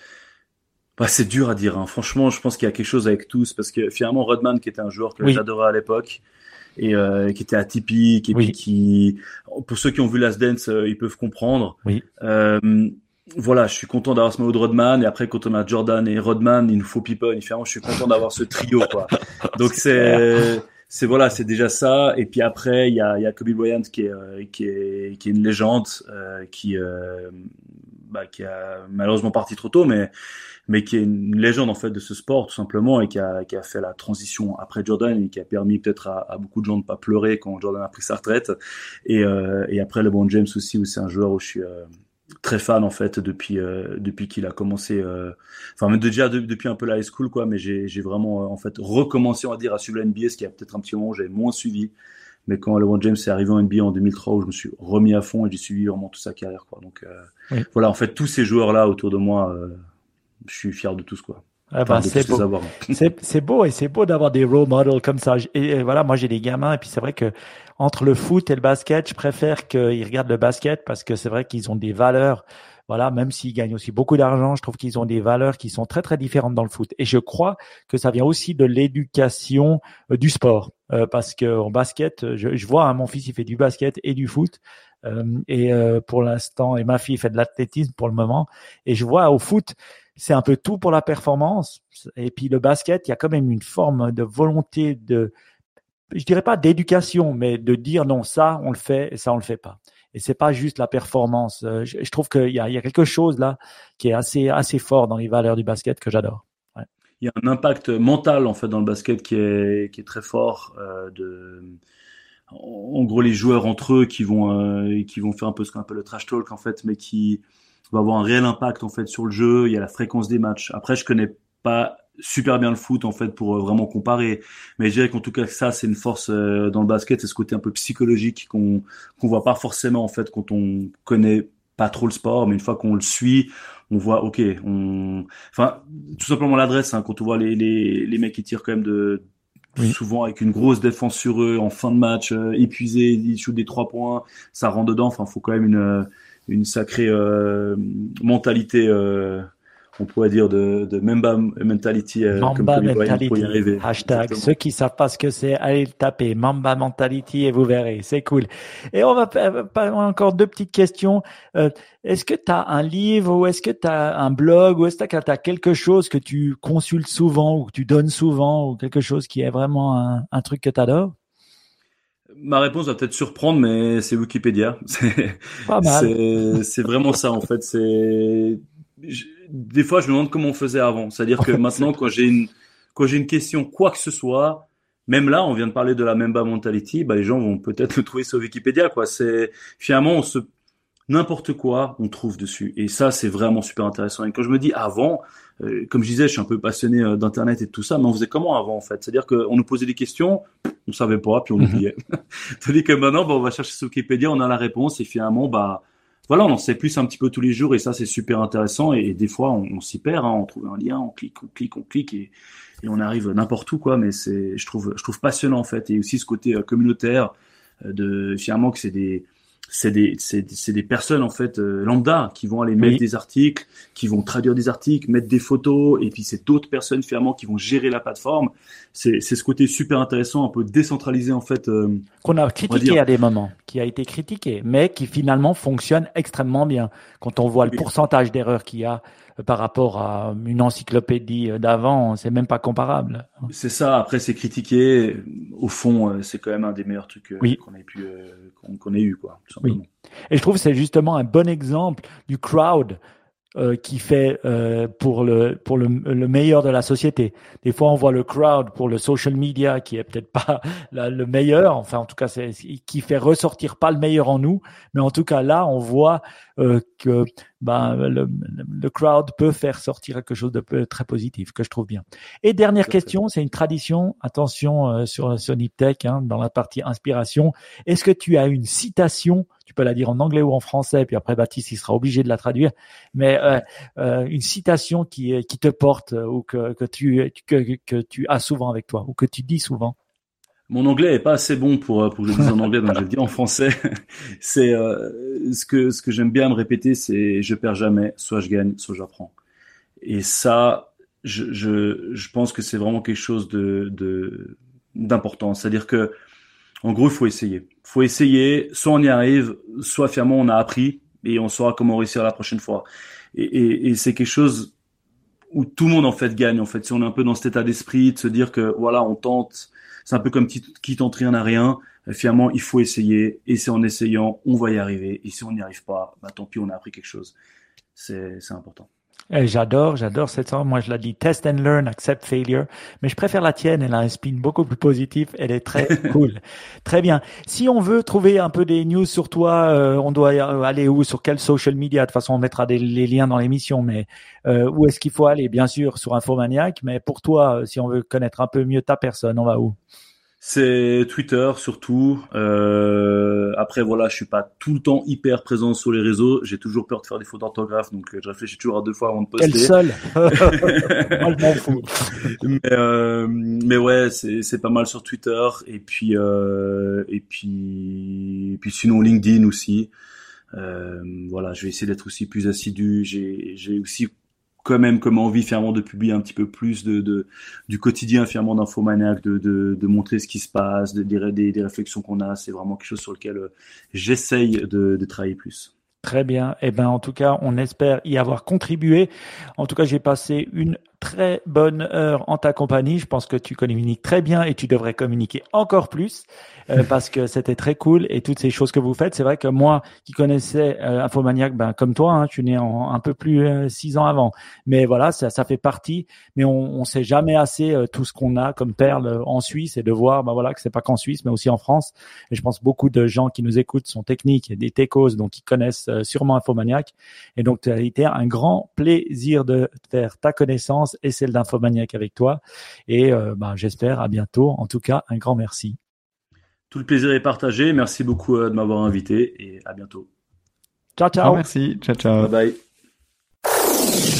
Bah, c'est dur à dire, hein. Franchement, je pense qu'il y a quelque chose avec tous, parce que finalement, Rodman, qui était un joueur que Oui, j'adorais à l'époque, et euh, qui était atypique, et puis oui, qui, pour ceux qui ont vu Last Dance, euh, ils peuvent comprendre. oui. Euh, voilà, je suis content d'avoir ce maillot de Rodman, et après, quand on a Jordan et Rodman, il nous faut Pippen, et finalement, je suis content d'avoir ce trio, quoi. Donc C'est clair. c'est, c'est voilà, c'est déjà ça. Et puis après, il y a, il y a Kobe Bryant qui est, euh, qui est, qui est une légende, euh, qui, euh, bah, qui a malheureusement parti trop tôt, mais mais qui est une légende en fait de ce sport tout simplement et qui a, qui a fait la transition après Jordan et qui a permis peut-être à, à beaucoup de gens de pas pleurer quand Jordan a pris sa retraite et, euh, et après LeBron James aussi où c'est un joueur où je suis euh, très fan en fait depuis euh, depuis qu'il a commencé euh, enfin même déjà de, depuis un peu la high school quoi mais j'ai j'ai vraiment euh, en fait recommencé on va dire à suivre la N B A ce qui a peut-être un petit moment où j'avais moins suivi mais quand LeBron James est arrivé en N B A en deux mille trois où je me suis remis à fond et j'ai suivi vraiment toute sa carrière quoi donc euh, Oui. voilà en fait tous ces joueurs là autour de moi euh, je suis fier de tous, quoi. Ah Enfin, ben, de c'est tous les beau. avoir. C'est, c'est beau et c'est beau d'avoir des role models comme ça. Et, et voilà, moi j'ai des gamins et puis c'est vrai que entre le foot et le basket, je préfère qu'ils regardent le basket parce que c'est vrai qu'ils ont des valeurs. Voilà, même s'ils gagnent aussi beaucoup d'argent, je trouve qu'ils ont des valeurs qui sont très très différentes dans le foot. Et je crois que ça vient aussi de l'éducation euh, du sport, euh, parce que en basket, je, je vois hein, mon fils il fait du basket et du foot. Euh, et euh, pour l'instant, et ma fille fait de l'athlétisme pour le moment. Et je vois au foot, c'est un peu tout pour la performance. Et puis le basket, il y a quand même une forme de volonté de, je dirais pas d'éducation, mais de dire non, ça on le fait et ça on le fait pas. Et c'est pas juste la performance. Je, je trouve qu'il y a, il y a quelque chose là qui est assez assez fort dans les valeurs du basket que j'adore. Ouais. Il y a un impact mental, en fait, dans le basket qui est, qui est très fort. Euh, de, en gros, les joueurs entre eux qui vont, euh, qui vont faire un peu ce qu'on appelle le trash talk, en fait, mais qui va avoir un réel impact, en fait, sur le jeu. Il y a la fréquence des matchs. Après, je connais pas super bien le foot, en fait, pour euh, vraiment comparer. Mais je dirais qu'en tout cas, ça, c'est une force euh, dans le basket. C'est ce côté un peu psychologique qu'on, qu'on voit pas forcément, en fait, quand on connaît pas trop le sport, mais une fois qu'on le suit, on voit, ok, on, enfin, tout simplement l'adresse, hein, quand on voit les, les, les mecs qui tirent quand même de, Oui. souvent avec une grosse défense sur eux, en fin de match, euh, épuisés, ils shootent des trois points, ça rentre dedans, enfin, faut quand même une, une sacrée euh, mentalité, euh, on pourrait dire de, de Mamba mentality, euh, comme Mamba Kobe Bryant pour y mentality. arriver. Hashtag. Exactement. Ceux qui savent pas ce que c'est, allez le taper. Mamba mentality et vous verrez. C'est cool. Et on va pas encore deux petites questions. Euh, est-ce que tu as un livre ou est-ce que tu as un blog ou est-ce que tu as quelque chose que tu consultes souvent ou que tu donnes souvent ou quelque chose qui est vraiment un, un truc que tu adores? Ma réponse va peut-être surprendre, mais c'est Wikipédia. C'est, Pas mal. c'est, c'est vraiment ça en fait. C'est, je- des fois, je me demande comment on faisait avant. C'est-à-dire que maintenant, quand j'ai une, quand j'ai une question, quoi que ce soit, même là, on vient de parler de la Mamba mentality, bah les gens vont peut-être le trouver sur Wikipédia, quoi. C'est finalement, on se n'importe quoi, on trouve dessus. Et ça, c'est vraiment super intéressant. Et quand je me dis avant, euh, comme je disais, je suis un peu passionné euh, d'internet et de tout ça, mais on faisait comment avant en fait? C'est-à-dire qu'on nous posait des questions, on savait pas, puis on Mhm. oubliait. Tandis que maintenant, bah, on va chercher sur Wikipédia, on a la réponse, et finalement, bah voilà, on en sait plus un petit peu tous les jours, et ça, c'est super intéressant. Et, et des fois, on, on s'y perd, hein, on trouve un lien, on clique, on clique, on clique, et, et on arrive n'importe où, quoi. Mais c'est, je trouve, je trouve passionnant en fait, et aussi ce côté euh, communautaire euh, de finalement que c'est des c'est des, c'est, c'est des personnes en fait euh, lambda qui vont aller mettre Oui. des articles, qui vont traduire des articles, mettre des photos, et puis c'est d'autres personnes finalement qui vont gérer la plateforme. C'est, c'est ce côté super intéressant, un peu décentralisé en fait. Euh, Qu'on a critiqué dire. à des moments, qui a été critiqué, mais qui finalement fonctionne extrêmement bien. Quand on voit le Oui. pourcentage d'erreurs qu'il y a euh, par rapport à une encyclopédie euh, d'avant, c'est même pas comparable. C'est ça. Après, c'est critiqué. Au fond, euh, c'est quand même un des meilleurs trucs euh, Oui. qu'on ait pu, euh, qu'on, qu'on ait eu, quoi, tout simplement. Oui. Et je trouve que c'est justement un bon exemple du crowd euh, qui fait euh, pour le pour le, le meilleur de la société. Des fois, on voit le crowd pour le social media qui est peut-être pas la, le meilleur. Enfin, en tout cas, c'est qui fait ressortir pas le meilleur en nous. Mais en tout cas, là, on voit euh, que ben le, le crowd peut faire sortir quelque chose de peu, très positif, que je trouve bien. Et dernière question, c'est une tradition. Attention euh, sur sur Niptech, hein, dans la partie inspiration. Est-ce que tu as une citation? Tu peux la dire en anglais ou en français, puis après Baptiste il sera obligé de la traduire. Mais euh, euh, une citation qui qui te porte euh, ou que que tu que que tu as souvent avec toi ou que tu dis souvent. Mon anglais est pas assez bon pour pour que je le dise en anglais, donc je vais le dire en français. C'est euh, ce que ce que j'aime bien me répéter, c'est je perds jamais, soit je gagne, soit j'apprends. Et ça, je je je pense que c'est vraiment quelque chose de de d'important. C'est-à-dire que en gros, il faut essayer. Faut essayer, soit on y arrive, soit finalement on a appris et on saura comment réussir la prochaine fois. Et, et, et c'est quelque chose où tout le monde en fait gagne. En fait, si on est un peu dans cet état d'esprit de se dire que voilà, on tente, c'est un peu comme qui, qui tente rien n'a rien. Finalement, il faut essayer et c'est en essayant, on va y arriver. Et si on n'y arrive pas, bah tant pis, on a appris quelque chose. C'est c'est important. Et j'adore, j'adore cette sorte. Moi, je la dis test and learn, accept failure. Mais je préfère la tienne. Elle a un spin beaucoup plus positif. Elle est très cool. Très bien. Si on veut trouver un peu des news sur toi, euh, on doit aller où? Sur quel social media? De toute façon, on mettra des, les liens dans l'émission. Mais euh, où est-ce qu'il faut aller? Bien sûr, sur Infomaniac. Mais pour toi, si on veut connaître un peu mieux ta personne, on va où? C'est Twitter surtout. Euh, après voilà, je suis pas tout le temps hyper présent sur les réseaux. J'ai toujours peur de faire des fautes d'orthographe, donc je réfléchis toujours à deux fois avant de poster. Quel seul? Moi, je m'en fous. mais, euh, mais ouais, c'est c'est pas mal sur Twitter et puis euh, et puis et puis sinon LinkedIn aussi. Euh, voilà, je vais essayer d'être aussi plus assidu. J'ai j'ai aussi quand même comme envie finalement de publier un petit peu plus de, de du quotidien finalement d'Infomaniac, de, de de montrer ce qui se passe, de, des, des, des réflexions qu'on a. C'est vraiment quelque chose sur lequel euh, j'essaye de, de travailler plus. Très bien. Eh ben, en tout cas, on espère y avoir contribué. En tout cas, j'ai passé une très bonne heure en ta compagnie. Je pense que tu communiques très bien et tu devrais communiquer encore plus euh, parce que c'était très cool et toutes ces choses que vous faites. C'est vrai que moi, qui connaissais euh, Infomaniac, ben comme toi, hein, je suis né en un peu plus euh, six ans avant. Mais voilà, ça, ça fait partie. Mais on, on sait jamais assez euh, tout ce qu'on a comme perles en Suisse et de voir, ben voilà, que c'est pas qu'en Suisse, mais aussi en France. Et je pense beaucoup de gens qui nous écoutent sont techniques et des techos, donc ils connaissent euh, sûrement Infomaniac. Et donc, ça a été un grand plaisir de faire ta connaissance et celle d'Infomaniac avec toi. Et euh, ben, j'espère à bientôt. En tout cas, un grand merci. Tout le plaisir est partagé. Merci beaucoup euh, de m'avoir invité et à bientôt. Ciao, ciao. Oh, merci. Ciao, ciao. Bye bye.